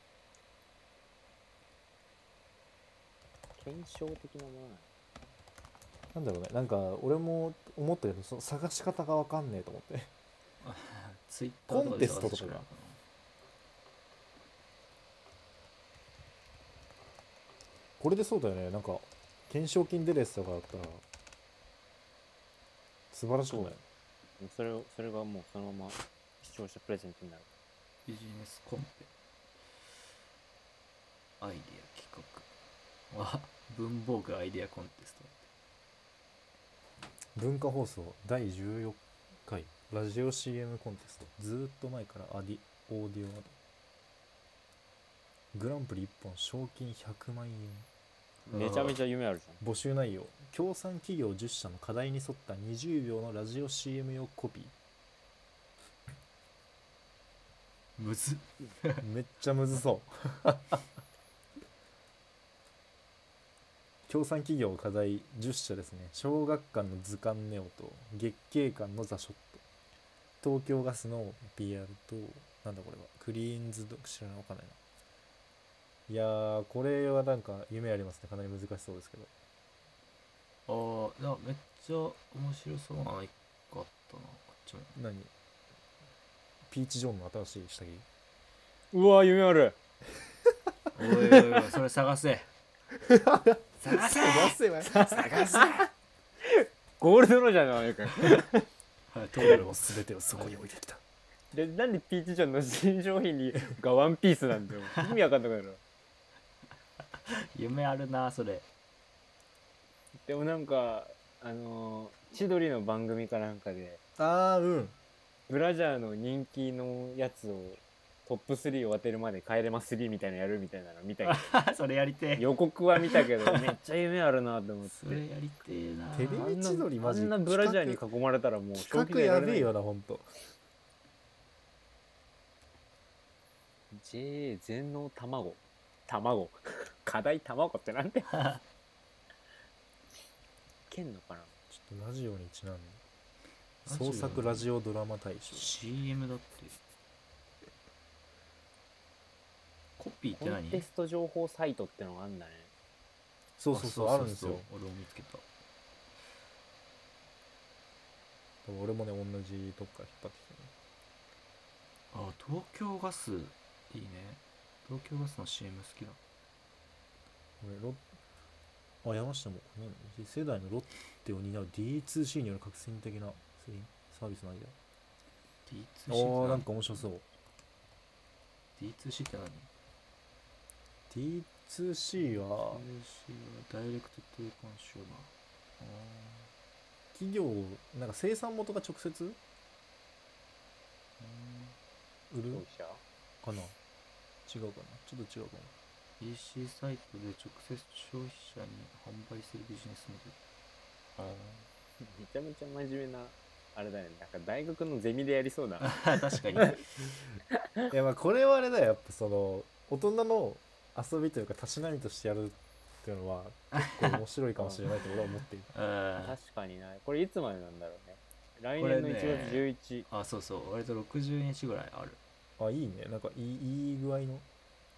検証的なものなんだろうね。なんか俺も思ったけど、その探し方がわかんねえと思って。 ツイッターとかで探すしかないかな。 これでそうだよね。なんか懸賞金出るやつとかだったら素晴らしくない？ それがもうそのまま視聴者プレゼントになる。 ビジネスコンペ、アイディア企画、文房具アイディアコンテスト。 文化放送第14回ラジオ CM コンテスト。ずーっと前からオーディオなどグランプリ1本賞金100万円。 めちゃめちゃ夢あるじ募集内容、協賛企業10社の課題に沿った20秒のラジオ CM 用コピー。 むずっめっちゃむずそう協賛企業課題10社ですね。小学館の図鑑ネオと月経館のザ・ショット、東京ガスの PR と、なんだこれはクリーンズド、知らない、わかんないな。いやー、これはなんか夢ありますね。かなり難しそうですけど。 めっちゃ面白そうなの一個あったな。こっちも何？ピーチ・ジョンの新しい下着。 ゃん。うわ夢ある。 おいおいおい、それ探せ探せゴールドロジャーじゃないか。 トールも全てをそこに置いてきた。 でなんでピーチジョンの新商品にがワンピースなんだよ。意味わかんなくなる。 夢あるなそれ。 でもなんか千鳥の番組かなんかでブラジャーの人気のやつをトップ3を当てるまで帰れます3みたいなのやるみたいなの見たけどそれやりてえ。 予告は見たけどめっちゃ夢あるなと思って。 それやりてえな。 テレビ千鳥マジあんなブラジャーに囲まれたらもう企画やべえよなほんと。 JA 全農卵課題卵ってなんてけんのかな。 ちょっとラジオにちなんで創作ラジオドラマ大賞 CM だって。コピーって何？ コンテスト情報サイトってのがあるんだね。 そうあるんですよ。 俺も見つけた。 俺もね同じとこから引っ張ってきたね。 東京ガスいいね。東京ガスの CM 好きだ。 山下も次世代のロッテを担う D2C による革新的なサービスのアイデア。 D2C なんか面白そう。 D2C って何？ D2C はダイレクトトゥーコンシューマ企業なんか生産元が直接売る消費者かな。違うかな。ちょっと違うかな。 ー。EC サイトで直接消費者に販売するビジネスモデル。 めちゃめちゃ真面目なあれだよね。なんか大学のゼミでやりそうな確かに。 いやまあこれはあれだよ。やっぱその大人の遊びというかたしなみとしてやるっていうのは結構面白いかもしれないと俺は思っている。 確かにな。これいつまでなんだろうね。来年の1月11日。 そうそう割と60日ぐらいある。 いいね。なんかいい具合の。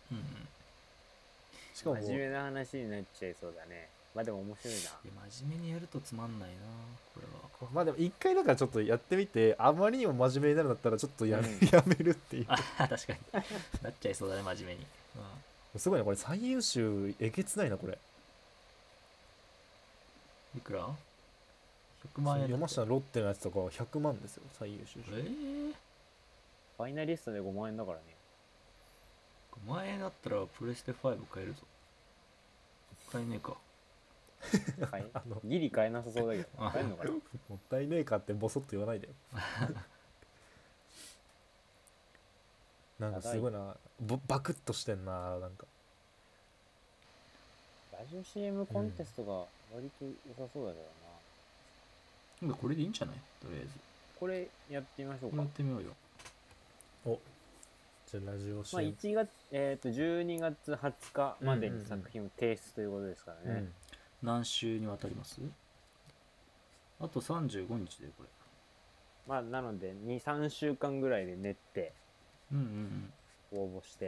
しかも真面目な話になっちゃいそうだね。まあでも面白いな。 真面目にやるとつまんないなこれは。 まあでも一回だからちょっとやってみて、あまりにも真面目になるんだったらちょっとやめるっていう。 確かになっちゃいそうだね真面目に。 すごいなこれ。最優秀えげつないなこれ。 いくら？100万円。 山下ロッテのやつとかは100万ですよ最優秀賞。 ファイナリストで5万円だからね。 5万円だったらプレステ5買えるぞ。買えねえか。 ギリ買えなさそうだけど買えんのかな。 もったいねえかってボソッと言わないでよ。 なんかすごいな、バクッとしてんな。なんかラジオ CM コンテストが割と良さそうだけどな、 なんかこれでいいんじゃない？とりあえずこれやってみましょうか。 やってみようよ。 お、じゃあラジオまあ CM、 1月、12月20日までに作品を提出ということですからね。 何週にわたります？あと35日でこれ。 まあなので2、3週間ぐらいで練って応募して、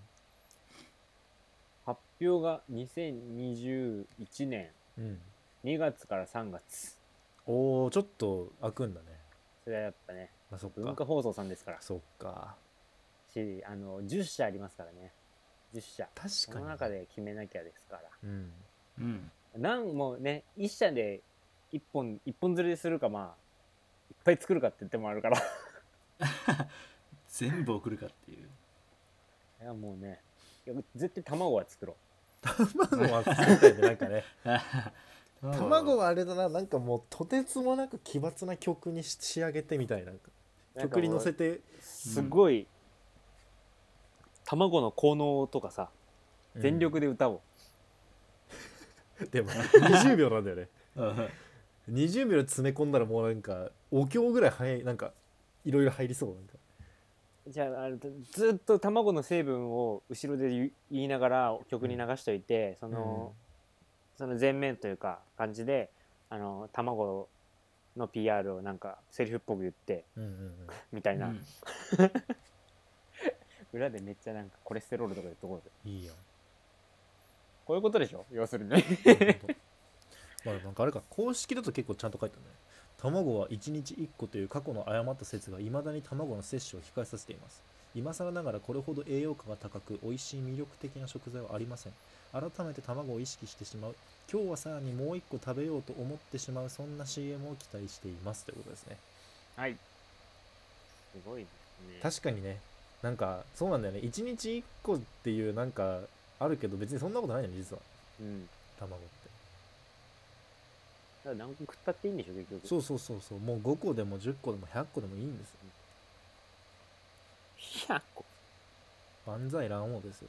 発表が2021年2月から3月。 おお、ちょっと開くんだね。 それはやっぱね、 まあ、そっか、 文化放送さんですから。 そっか。 し、10社ありますからね。10社。 確かに、 その中で決めなきゃですから。 うんもうね、1社で一本釣りするか、まあいっぱい作るかって言ってもあるから全部送るかっていう。 いやもうね、絶対卵は作ろう。 卵は作りたいね。なんかね卵はあれだな、なんかもうとてつもなく奇抜な曲に仕上げてみたい。なんか曲に乗せてすごい、卵の効能とかさ、全力で歌おう。 でも20秒なんだよね20秒詰め込んだらもうなんかお経ぐらい早い、なんかいろいろ入りそう。なんかじゃあずっと卵の成分を後ろで言いながら曲に流しといて、その前面というか感じで卵の PR をなんかセリフっぽく言って、みたいな、裏でめっちゃなんかコレステロールとか言うところでいいよ。 こういうことでしょ、要するにねまあなんかあれか、公式だと結構ちゃんと書いてあるね。卵は1日1個という過去の誤った説がいまだに卵の摂取を控えさせています。今更ながらこれほど栄養価が高く美味しい魅力的な食材はありません。改めて卵を意識してしまう、今日はさらにもう1個食べようと思ってしまう、そんな CM を期待していますということですね。 はい、すごいですね。 確かにね、なんかそうなんだよね。1日1個っていうなんかあるけど、別にそんなことないよね、実は。卵ってだから何個食ったっていいんでしょ、結局。 そう、もう5個でも10個でも100個でもいいんですよ。 100個万歳卵黄ですよ。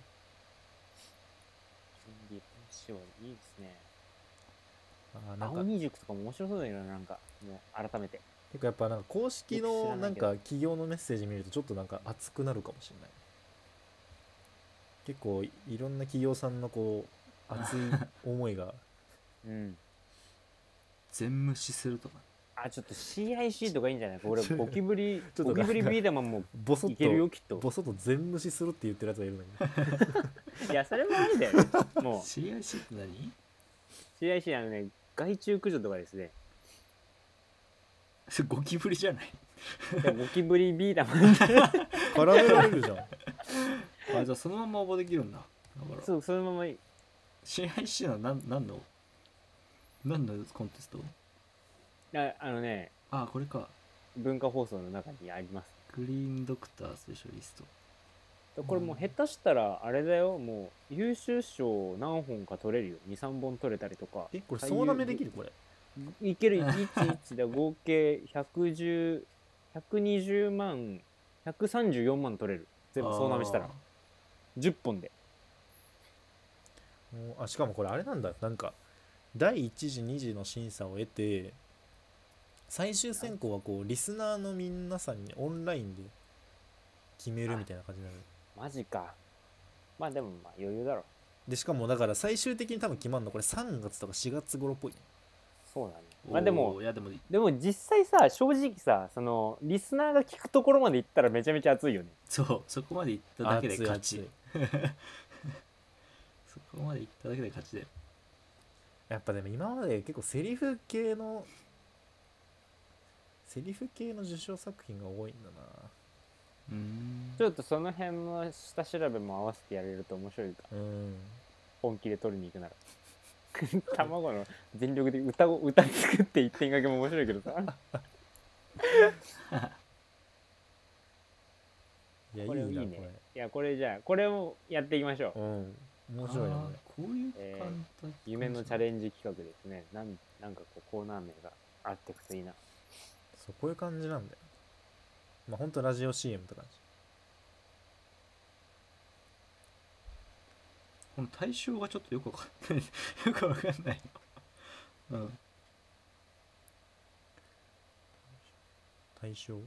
準備しよう、いいですね。 なんか青二塾とかも面白そうだけど、なんかもう改めて結構やっぱなんか公式のなんか企業のメッセージ見るとちょっとなんか熱くなるかもしれない。結構いろんな企業さんのこう熱い思いが全無視するとか。 ちょっと CIC とかいいんじゃない？俺ゴキブリビー玉もいけるよ、きっと。 ボソッと全無視するって言ってるやつがいるのにいやそれもありだよね。もう CIC って何？ CIC ね、害虫駆除とかですね。 それゴキブリじゃない？ ゴキブリビー玉絡められるじゃんじゃあそのまま応募できるんだ。だからそのまま CIC の何のコンテスト？これか。 文化放送の中にあります。 グリーンドクタースペシャリスト。 これもう下手したらあれだよ、もう優秀賞何本か取れるよ。 2,3 本取れたりとか。 これ総なめできる？これいける。11で合計120万134万取れる。全部総なめしたら10本で。 しかもこれあれなんだ、なんか第1次2次の審査を得て最終選考はこうリスナーの皆さんにオンラインで決めるみたいな感じになる。 マジか。まあでもまあ余裕だろ。 でしかもだから最終的に多分決まるのこれ3月とか4月頃っぽいね。 そうだね。まあでもいやでも実際さ、正直さ、そのリスナーが聞くところまで行ったらめちゃめちゃ熱いよね。 そこまで行っただけで勝ちそこまで行っただけで勝ちで。 やっぱでも今まで結構セリフ系の受賞作品が多いんだな。 ちょっとその辺の下調べも合わせてやれると面白いか。本気で取りに行くなら卵の全力で歌作って一点掛けも面白いけどさいや、 これいいね。 これいや、これじゃあこれをやっていきましょう。 面白いな。 こういう夢のチャレンジ企画ですね。なんかこうコーナー名があってくといいな。 そう、こういう感じなんだよ。まあほんとラジオ CM って感じ。 この対象がちょっとよくわかんないよくわかんないよ対象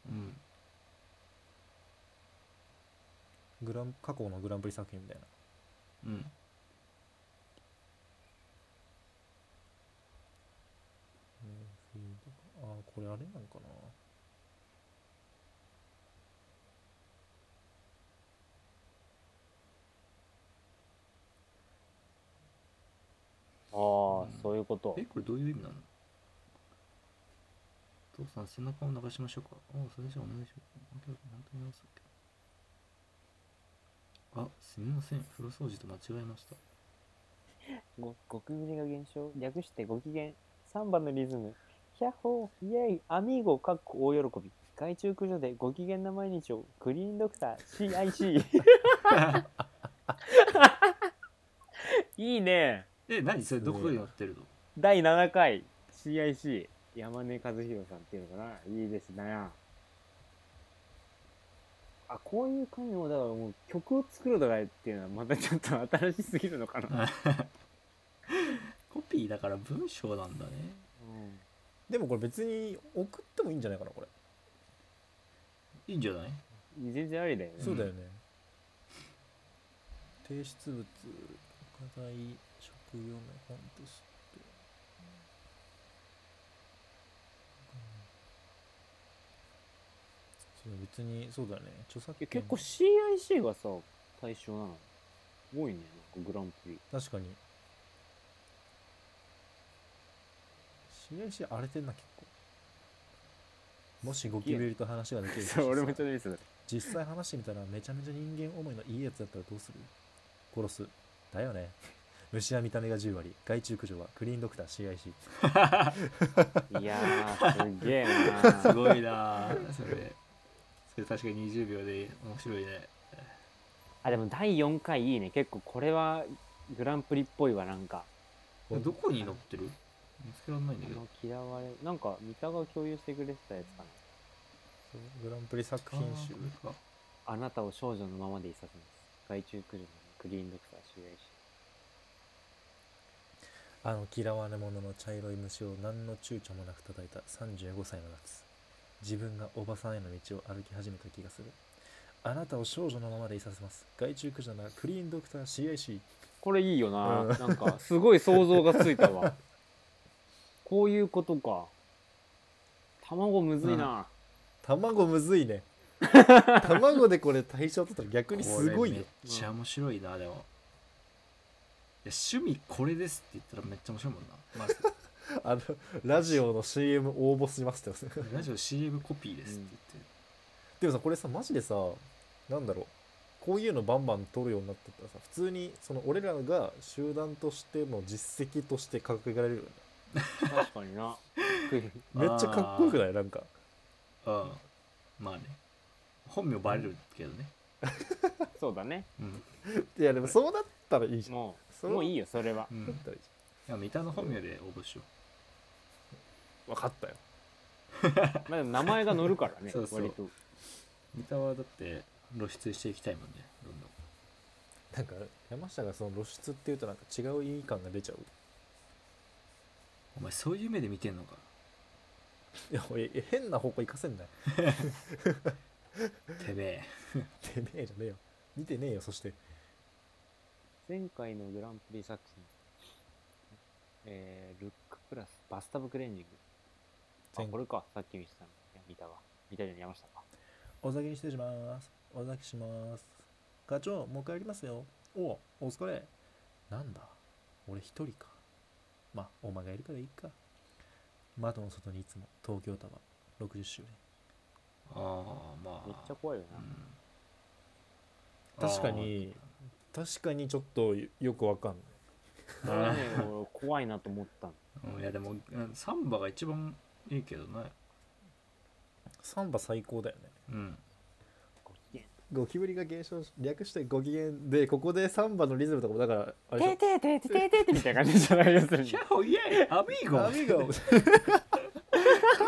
過去のグランプリ作品みたいな。これあれなんかな。 そういうこと。 これどういう意味なの？父さん背中を流しましょうか。それじゃお願いします。すみません、風呂掃除と間違えました。 ゴキブリが減少、略してご機嫌。サンバのリズム。ヒャッホー、イェイ、アミーゴ、かっこ大喜び。害虫駆除でご機嫌な毎日を、クリーンドクター CIC。いいね。 何それ、どこでやってるの？ 第7回 CIC 山根和弘さんっていうのかな。いいですね。こういう感じもだからもう曲を作るとかっていうのはまたちょっと新しすぎるのかな。 コピーだから文章なんだね。 でもこれ別に送ってもいいんじゃないかなこれ。 いいんじゃない？ 全然ありだよね。 そうだよね。提出物、課題、職業のコンテスト。別にそうだね。著作権結構 CIC がさ対象なの多いね。なんかグランプリ確かに CIC 荒れてんな結構。もしゴキブリと話ができるそう俺もちょっといいっすね。 実際話してみたらめちゃめちゃ人間思いのいいやつだったらどうする？殺すだよね。虫は見た目が10割、害虫駆除はクリーンドクター CIC。 いやーすげえな。 すごいなそれ確かに20秒で面白いね。 でも第4回いいね。結構これはグランプリっぽいわ。なんかどこに載ってる？見つけられないんだけど。 嫌われなんか三田が共有してくれてたやつかな。 グランプリ作品集。 あなたを少女のままでいさせます。害虫駆除のクリーンドクター CIC。 嫌われ者の茶色い虫を何の躊躇もなく叩いた35歳の夏。自分がおばさんへの道を歩き始めた気がする。あなたを少女のままでいさせます。害虫駆除なクリーンドクター CIC。 これいいよな。なんかすごい想像がついたわ。こういうことか。卵むずいな。 卵むずいね。卵でこれ対象取ったら逆にすごいよ。 めっちゃ面白いな。でも趣味これですって言ったらめっちゃ面白いもんな。まずラジオの CM 応募しますってラジオ CM コピーですって言って、 でもさこれさマジでさなんだろう、こういうのバンバン撮るようになってったらさ普通にその俺らが集団としての実績として掲げられるよね。 確かにな。 めっちゃかっこよくない？なんかまあね本名バレるけどね。 そうだね。 いやでもそうだったらいいじゃん。 もういいよそれは。 だったらいいじゃん。三田の本名で応募しよう。分かったよ。 まあでも名前が載るからね。 そう割と三田はだって露出していきたいもんね。どんどんなんか山下がその露出っていうとなんか違う意味感が出ちゃう。 お前そういう目で見てんのか。 いや変な方向行かせんなよ。 てめえてめえじゃねえよ。見てねえよ。そして前回のグランプリ作品、ルックプラスバスタブクレンジング。これか。さっき見てたの。見たわ。見たじゃん。山下か。 お先に失礼します。お先します。課長もう帰りますよ。お疲れ。なんだ俺一人か。まあお前がいるからいいか。窓の外にいつも東京タワー60周年。 まあめっちゃ怖いよな。確かにちょっとよくわかんない。怖いなと思ったの。いやでもサンバが一番いいけどね。 サンバ最高だよね。ゴキブリが減少し略してご機嫌で、ここでサンバのリズムとかもだからあれててててててみたいな感じじゃないですか。 シャホイエーアミーゴ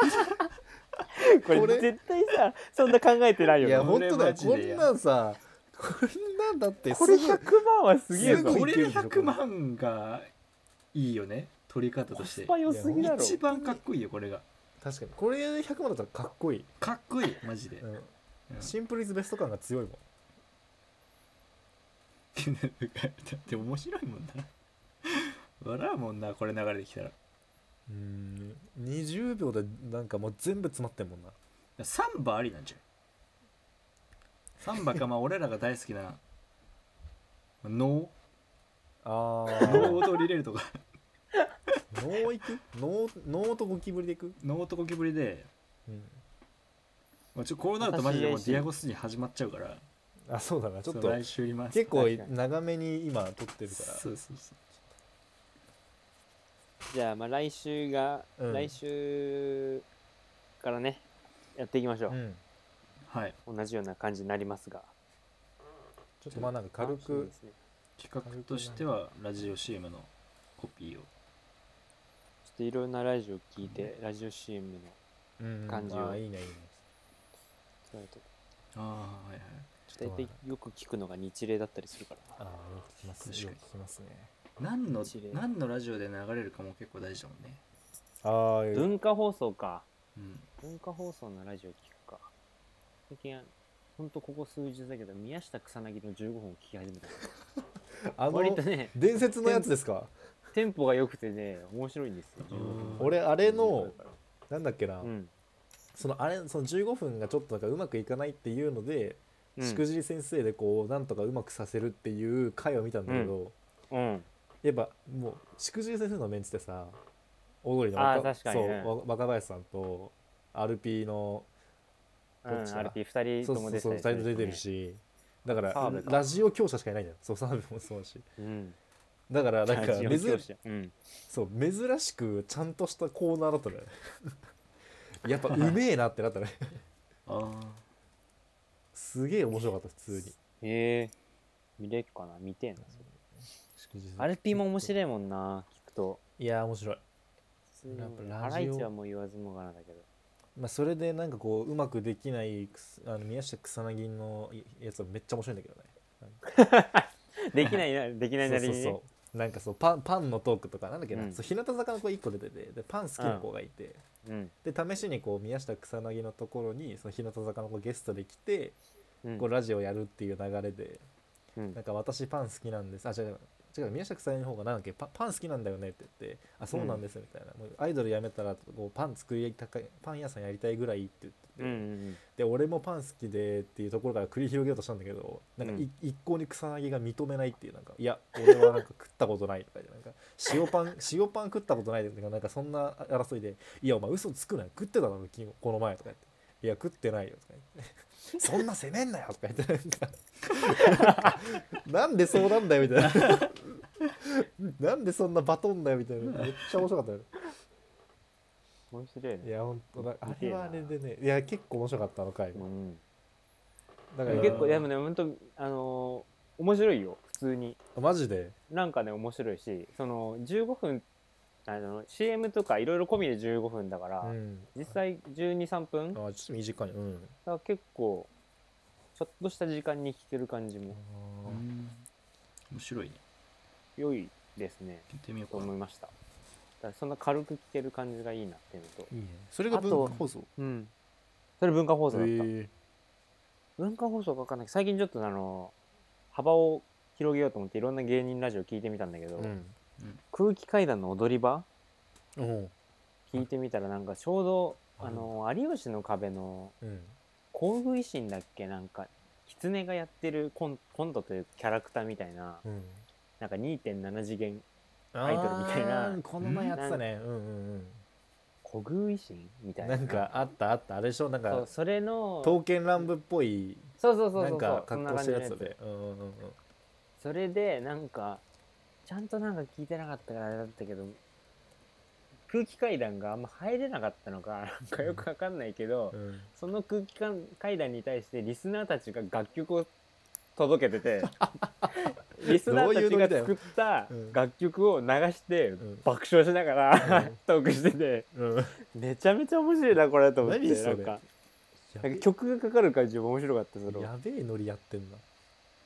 これ絶対さそんな考えてないよね。 いや本当だよ。こんなんさこんなんだってこれ100万はすげえぞ。 これ100万がいいよね、取り方として。 コスパ良すぎだろ。 一番かっこいいよこれが。 確かにこれ100万だったらかっこいい。 かっこいいマジで、 シンプルイズベスト感が強いもん。 だって面白いもんな。笑うもんなこれ流れてきたら。 20秒でなんかもう全部詰まってんもんな。 サンバありなんじゃん。サンバか、まあ俺らが大好きな能踊り入れるとか。 能行く？能とゴキブリで行く？ 能とゴキブリで、こうなるとマジでもうディアゴスに始まっちゃうから。 あ、そうだな、ちょっと来週います。 結構長めに今撮ってるから。 そうそうそう。 じゃあまあ来週からねやっていきましょう。 はい。 同じような感じになりますが、 ちょっとまあなんか軽く、 企画としてはラジオ CM のコピーを。ちょっといろんなラジオ聞いて、ラジオ CM の感じを。 いいねいいね。 はいはい。 大体よく聞くのが日例だったりするから。 よく聞きますね。よく聞きますね。 何のラジオで流れるかも結構大事だもんね。 文化放送か。文化放送のラジオ聞くか。最近ほんとここ数日だけど宮下草薙の15分を聞き始めた。割とね、 伝説のやつですか。 テンポが良くてね面白いんですよ。 俺あれのなんだっけな、その15分がちょっとなんかうまくいかないっていうので、しくじり先生でこうなんとかうまくさせるっていう回を見たんだけど、やっぱもうしくじり先生のメンツってさ、オードリーの若林さんと RP の RP2 人とも出てる、 2人と出てるし、だからラジオ強者しかいないじゃん。そう、澤部もそうだし、だからなんか珍しくちゃんとしたコーナーだったね。やっぱうめえなってなったね。すげえ面白かった、普通に。 見れっかな、見てえなそれ。RP も面白いもんな、聞くと。 いや面白い。 ハライチはもう言わずもがなだけど、 まあそれでなんかこううまくできない宮下草薙のやつはめっちゃ面白いんだけどね。 できないなりにね。 なんかそうパンのトークとかなんだっけな、日向坂の子1個出てて、でパン好きな子がいて、で試しにこう宮下草薙のところにその日向坂の子ゲストで来て、こうラジオやるっていう流れで、なんか私パン好きなんです、違う宮下草薙の方がなんだっけ、パン好きなんだよねって言って、あそうなんですみたいな、もうアイドル辞めたらこうパン屋さんやりたいぐらいって言ってて、で俺もパン好きでっていうところから繰り広げようとしたんだけど、なんか一向に草薙が認めないっていう、なんかいや俺はなんか食ったことないとか、なんか塩パン食ったことないとか、なんかそんな争いで、いやお前嘘つくなよ、食ってたのこの前とか言って、いや食ってないよとか言ってそんな責めんなよとか言って、なんでそうなんだよみたいななんでそんなバトンだよみたいな、めっちゃ面白かったよ。 面白いね。 いや本当あれはあれでね、いや結構面白かったの回も。 だから結構でもね本当面白いよ普通に。 マジで。 なんかね面白いし、その15分CM とかいろいろ込みで15分だから、実際12、3分。 ちょっと短い。だから結構ちょっとした時間に聴ける感じも面白いね。 良いですね。 聞いてみようと思いました。だからそんな軽く聴ける感じがいいなっていうのと。 いいね。それが文化放送。 それ文化放送だった。文化放送か分かんないけど、最近ちょっと幅を広げようと思っていろんな芸人ラジオ聞いてみたんだけど、空気階段の踊り場聞いてみたら、なんかちょうど有吉の壁の工具維新だっけ、なんか狐がやってるコントというキャラクターみたいな、なんか 2.7 次元アイドルみたいな、 この前やってたね。 工具維新みたいな、 なんかあったあれでしょ、なんかそれの刀剣乱舞っぽい、なんか格好したやつで、それでなんかちゃんとなんか聞いてなかったからあれだったけど、空気階段があんま入れなかったのかなんかよくわかんないけど、その空気階段に対してリスナーたちが楽曲を届けててリスナーたちが作った楽曲を流して爆笑しながらトークしてて、めちゃめちゃ面白いなこれと思って、なんか曲がかかる感じも面白かった。 やべえノリやってんな。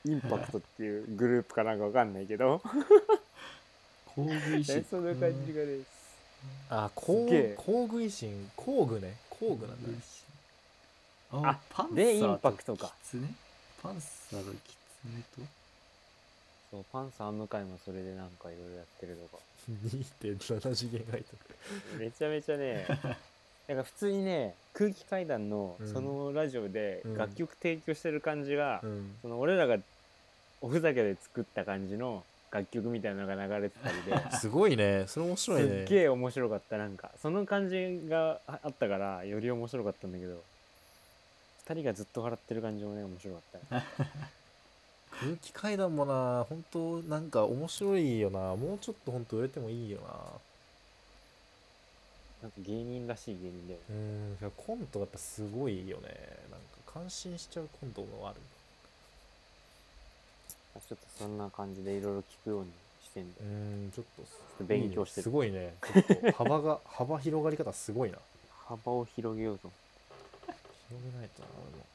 インパクトっていうグループかなんかわかんないけど工具維新そんな感じがね、 工具維新、工具ね、工具なんだね。 あ、パンサでインーとパクトかキツネ、パンサーとキツネとそうパンサー向井もそれでなんかいろいろやってるとか 2.7 次元アイドめちゃめちゃねなんか普通にね空気階段のうんそのラジオでうん楽曲提供してる感じが、 ル。 その俺らがおふざけで作った感じの楽曲みたいなのが流れてたりですごいね、それ面白いね。 すっげえ面白かった。なんかその感じがあったからより面白かったんだけど、2人がずっと笑ってる感じもね面白かったね空気階段もな、本当なんか面白いよな。もうちょっと本当売れてもいいよな。 なんか芸人らしい芸人だよね。 コントがやっぱすごいよね。なんか感心しちゃうコントもある。 ちょっとそんな感じでいろいろ聞くようにしてんだよ。 ちょっと勉強してる。 すごいね。ちょっと幅広がり方すごいな。 幅を広げようと。 広げないとな、俺も。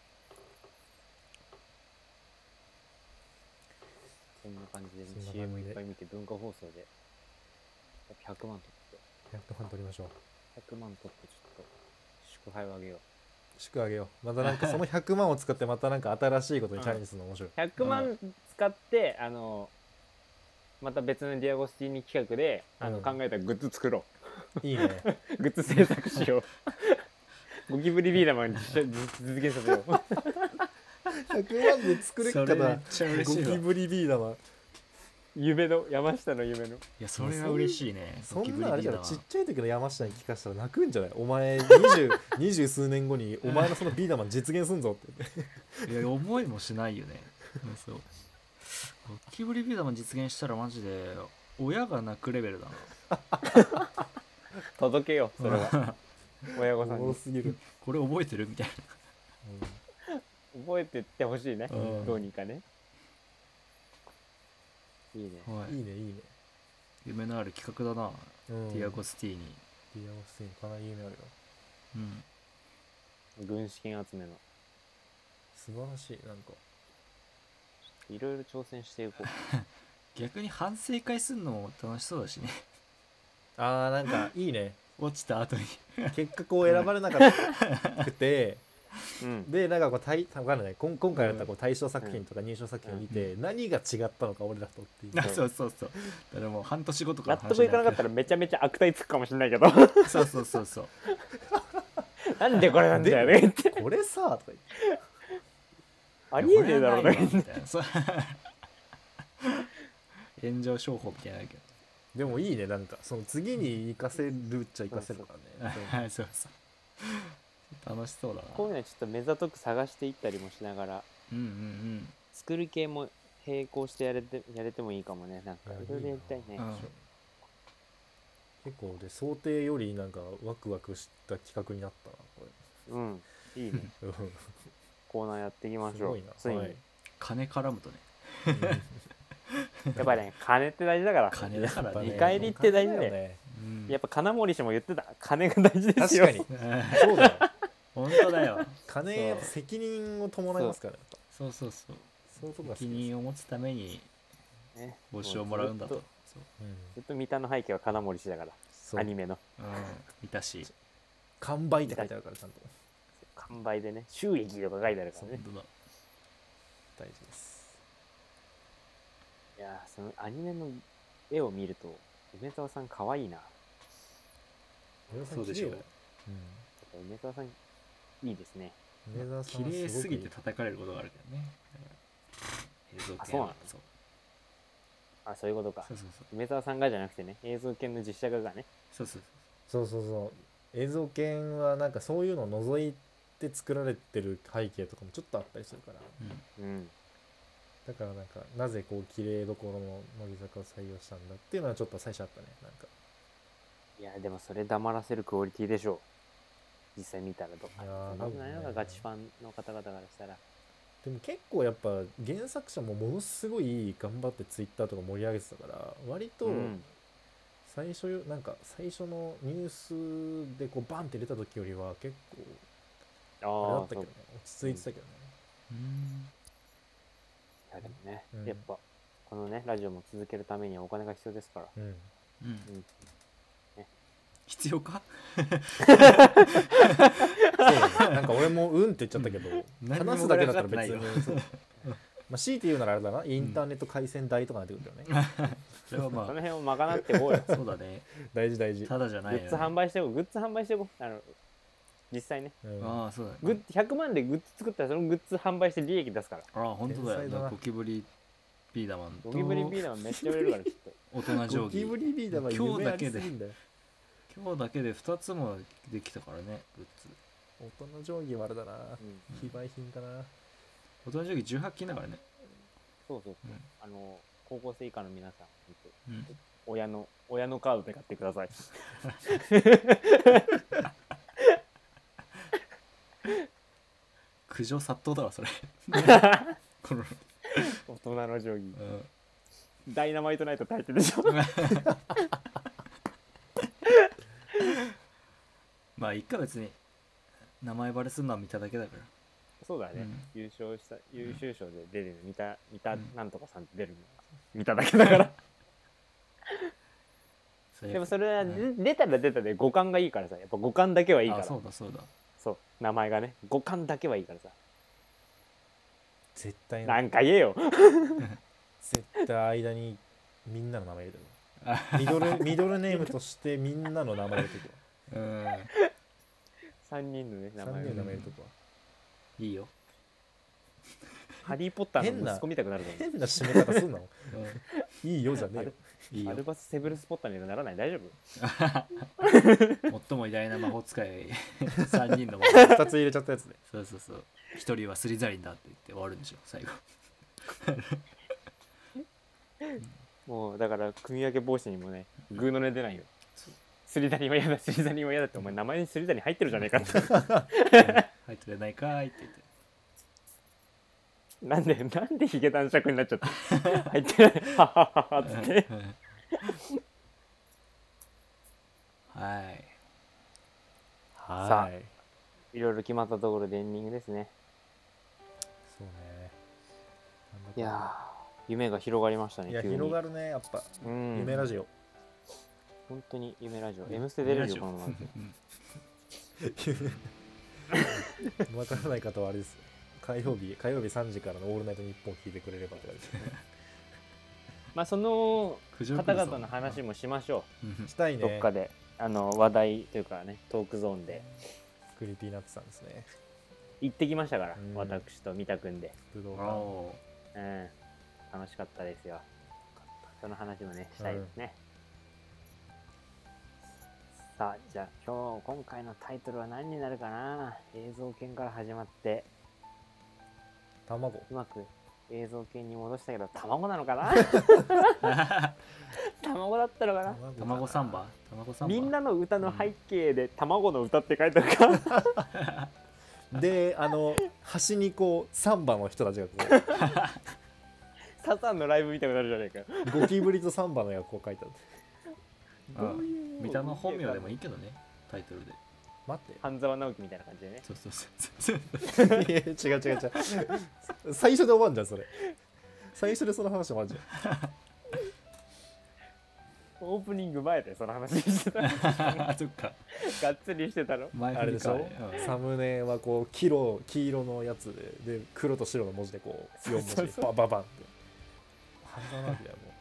そんな感じで、ね、 そんな感じで CM いっぱい見て文化放送で100万取って 100万取りましょう。 100万取ってちょっと祝杯をあげよう。 祝あげよう。またなんかその100万を使ってまたなんか新しいことにチャレンジするの面白い。 100万使ってまた別のディアゴスティーニ企画で考えたグッズ作ろいいね。 うグッズ制作しようゴキブリビー玉に実現させよう 100万で作れっかそれめっな。 ちゃ嬉しいわ。 ゴキブリビー玉。 夢の山下の夢のいやそれは嬉しいね。 そんなあれじゃん、ちっちゃい時の山下に聞かせたら泣くんじゃない？お前20数年後にお前のそのビー玉実現すんぞっていや思いもしないよね。そうゴキブリビー玉実現したらマジで親が泣くレベルだな。 届けようそれは親御さんに多すぎる。 これ覚えてるみたい覚えてってほしいね、 うんどうにかね。いいね、 な、はい、 いいねいいね。 夢のある企画だな、ディアゴススティーニ。 ディアゴスティーニかなり夢あるよ。 うん軍資金集めの素晴らしい。なんかいろいろ挑戦していこう逆に反省会するのも楽しそうだしね。 なんかいいね。 落ちた後に結果こう選ばれなかったくてうんでなんかこうわかんない今回だったらこう対象作品とか入賞作品を見て、何が違ったのか俺らとっていう。 あそうそうそう。だからもう半年後とか納得いかなかったらめちゃめちゃ悪態つくかもしれないけどそうそうそうそう。 なんでこれなんだよねってこれさとか言ってありえねえだろうねみたいなそう炎上商法みたいなのあるけど。 でもいいね。なんかその次に活かせるっちゃ活かせるからね。 はいそうそう。楽しそうだな。 こういうのちょっと目ざとく探していったりもしながらうんうんうん。 作る系も並行してやれてもいいかもね。なんかいろいろやりたいね。 うん結構で想定よりなんかワクワクした企画になったなこうん、いいね。 れ。 コーナーやっていきましょうすごいな。 ついに、 はい金絡むとね。 やっぱね金って大事だから。 金だからね。 見返りって大事だよね。 うんやっぱ金森氏も言ってた。金が大事ですよ。 確かにそうだよ。 本当だよ。 金やっぱ責任を伴いますから。やっぱそうそうそう。 そういうとこが好き責です。 任を持つためにね募集をもらうんだと。 ずっそう。 ずっと三田の背景は金森氏だから。 そうアニメのうん。見たし。 完売って書いてあるからちゃんと完売でね収益とか書いてあるからね。 本当だ。 大事です。 いやーそのアニメの絵を見ると梅沢さん可愛いな。 そうでしょう。 梅沢さんいいですね。 梅沢さん綺麗すぎては叩かれることがあるけどね。映像系あそうなのそうあそういうことか。 そうそうそう。 梅沢さんがじゃなくてね映像系の実写化がね。 そうそうすごい。そうそうそう。映像系はなんかそういうのを除いて作られてる背景とかもちょっとあったりするから。 そう。 うんだからなんかなぜこう綺麗どころの乃木坂を採用したんだっていうのはちょっと最初あったね。なんかいやでもそれ黙らせるクオリティでしょう。実際見たらとか。 いやーそんなことないのがガチファンの方々からしたら。 でも結構やっぱ原作者もものすごい頑張ってツイッターとか盛り上げてたから割とうん最初なんか最初のニュースでこうバンって出た時よりは結構あれだああそうったけどね。落ち着いてたけどね。 うん。 やでもね、やっぱこのねラジオも続けるためにはお金が必要ですから。 必要かそうなんか俺もうんって言っちゃったけど、話すだけだったら別にまあ強いて言うならあれだな、インターネット回線代とかなってくるよね。 その辺を賄ってこうよ。 そうだね。 大事大事。 ただじゃないよ、 グッズ販売していこう。グッズ販売していこう。実際ね。 ああそうだね。 100万でグッズ作ったらそのグッズ販売して利益出すから。 ああ本当だよ。ゴキブリビーダマンと。 ゴキブリビーダマンめっちゃ売れるからきっと。 大人定規。 ゴキブリビーダマン今日だけで2つもできたからねグッズ。 大人定規はあれだな、非売品かな。 大人定規18金だからね。 そうそうそう。高校生以下の皆さん、親のカードで買ってください。 苦情殺到だわそれ。この大人の定規、ダイナマイトナイトタイトルでしょ。 まあいっか、別に名前バレするのは見ただけだから。 そうだね、優秀賞で出るの見たなんとかさんって出るの見ただけだから。でもそれは出たら出たで五感がいいからさ、やっぱ五感だけはいいから。 そうそう名前がね五感だけはいいからさ。 絶対なんか言えよ。 絶対間にみんなの名前入れてる。ミドルネームとしてみんなの名前入れてくわ。 3人のね名前入れとくわ。 いいよ。 ハリーポッターの息子みたくなるじゃん。 変な締め方すんの。いいよじゃねえよ。 アルバス・セブルス・ポッターにはならない？大丈夫？ 最も偉大な魔法使い3人の 2つ入れちゃったやつね。 そう1人はスリザリンだって言って終わるんでしょ最後。 もうだから組み分け防止にもねグーの音出ないよ。スリザリンは嫌だ、スリザリンは嫌だって、お前名前にスリザリン入ってるじゃねえかって。 入ってないかいって言って。 なんでヒゲ男爵になっちゃった。入ってない。ははははって。さあいろいろ決まったところでエンディングですね。 そうね。 いや夢が広がりましたね。 いや広がるねやっぱ。夢ラジオ。本当に夢ラジオ。M ステ出れるよこのまま。 わからない方はあれです。火曜日3時からのオールナイトニッポン聞いてくれればとかです。 まあその方々の話もしましょう。したいね。 どっかで話題というかねトークゾーンで。 クリーピーナッツさんですね。 行ってきましたから、私と三田くんで。 武道館。 楽しかったですよ。その話もねしたいですね。さあじゃあ今回のタイトルは何になるかな。映像犬から始まって卵。 うまく映像犬に戻したけど卵なのかな。卵だったのかな。 卵サンバ。 みんなの歌の背景で卵の歌って書いてあるか。 で端にこうサンバの人たちがこうサザンのライブみたいになるじゃないか。 ゴキブリとサンバの役を書いてある。 三田の本名でもいいけどねタイトルで。 待って、 半沢直樹みたいな感じでね。 違う最初で終わんじゃんそれ。最初でその話終わんじゃん。 オープニング前でその話してた。 そっか。 がっつりしてたの。 あれでしょ。サムネはこう黄色のやつで黒と白の文字でこう4文字バババンって。半沢直樹だよもう。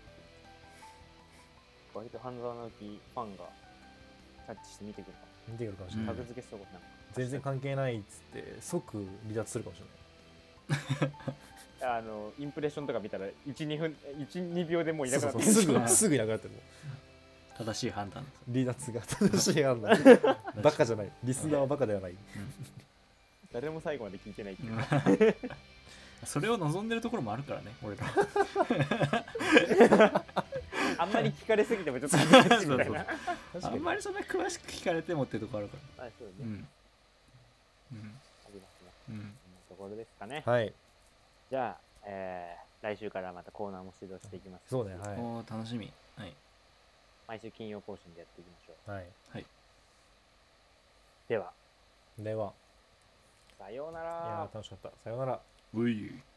割と半沢直樹ファンがキャッチして見てくるかもしれない。 タグ付けそうな。 全然関係ないっつって即離脱するかもしれない。 インプレッションとか見たら 1,2 秒でもういなくなってる。 すぐいなくなってる。 正しい判断。 離脱が正しい判断。バカじゃない。リスナーはバカではない。 誰も最後まで聞いてないっていう。 それを望んでるところもあるからね俺ら。 あんまり聞かれすぎてもちょっと恥ずかしいみたいな。 あんまりそんな詳しく聞かれてもってとこあるから。 あ、そうね。ありますね。そんなところですかね。 はい。 じゃあ、来週からまたコーナーも指導していきます。 そうね。はい。 お楽しみ。はい。 毎週金曜更新でやっていきましょう。 はい。 はい。 では。 ささようなら。 いや楽しかった。さようなら。 うい。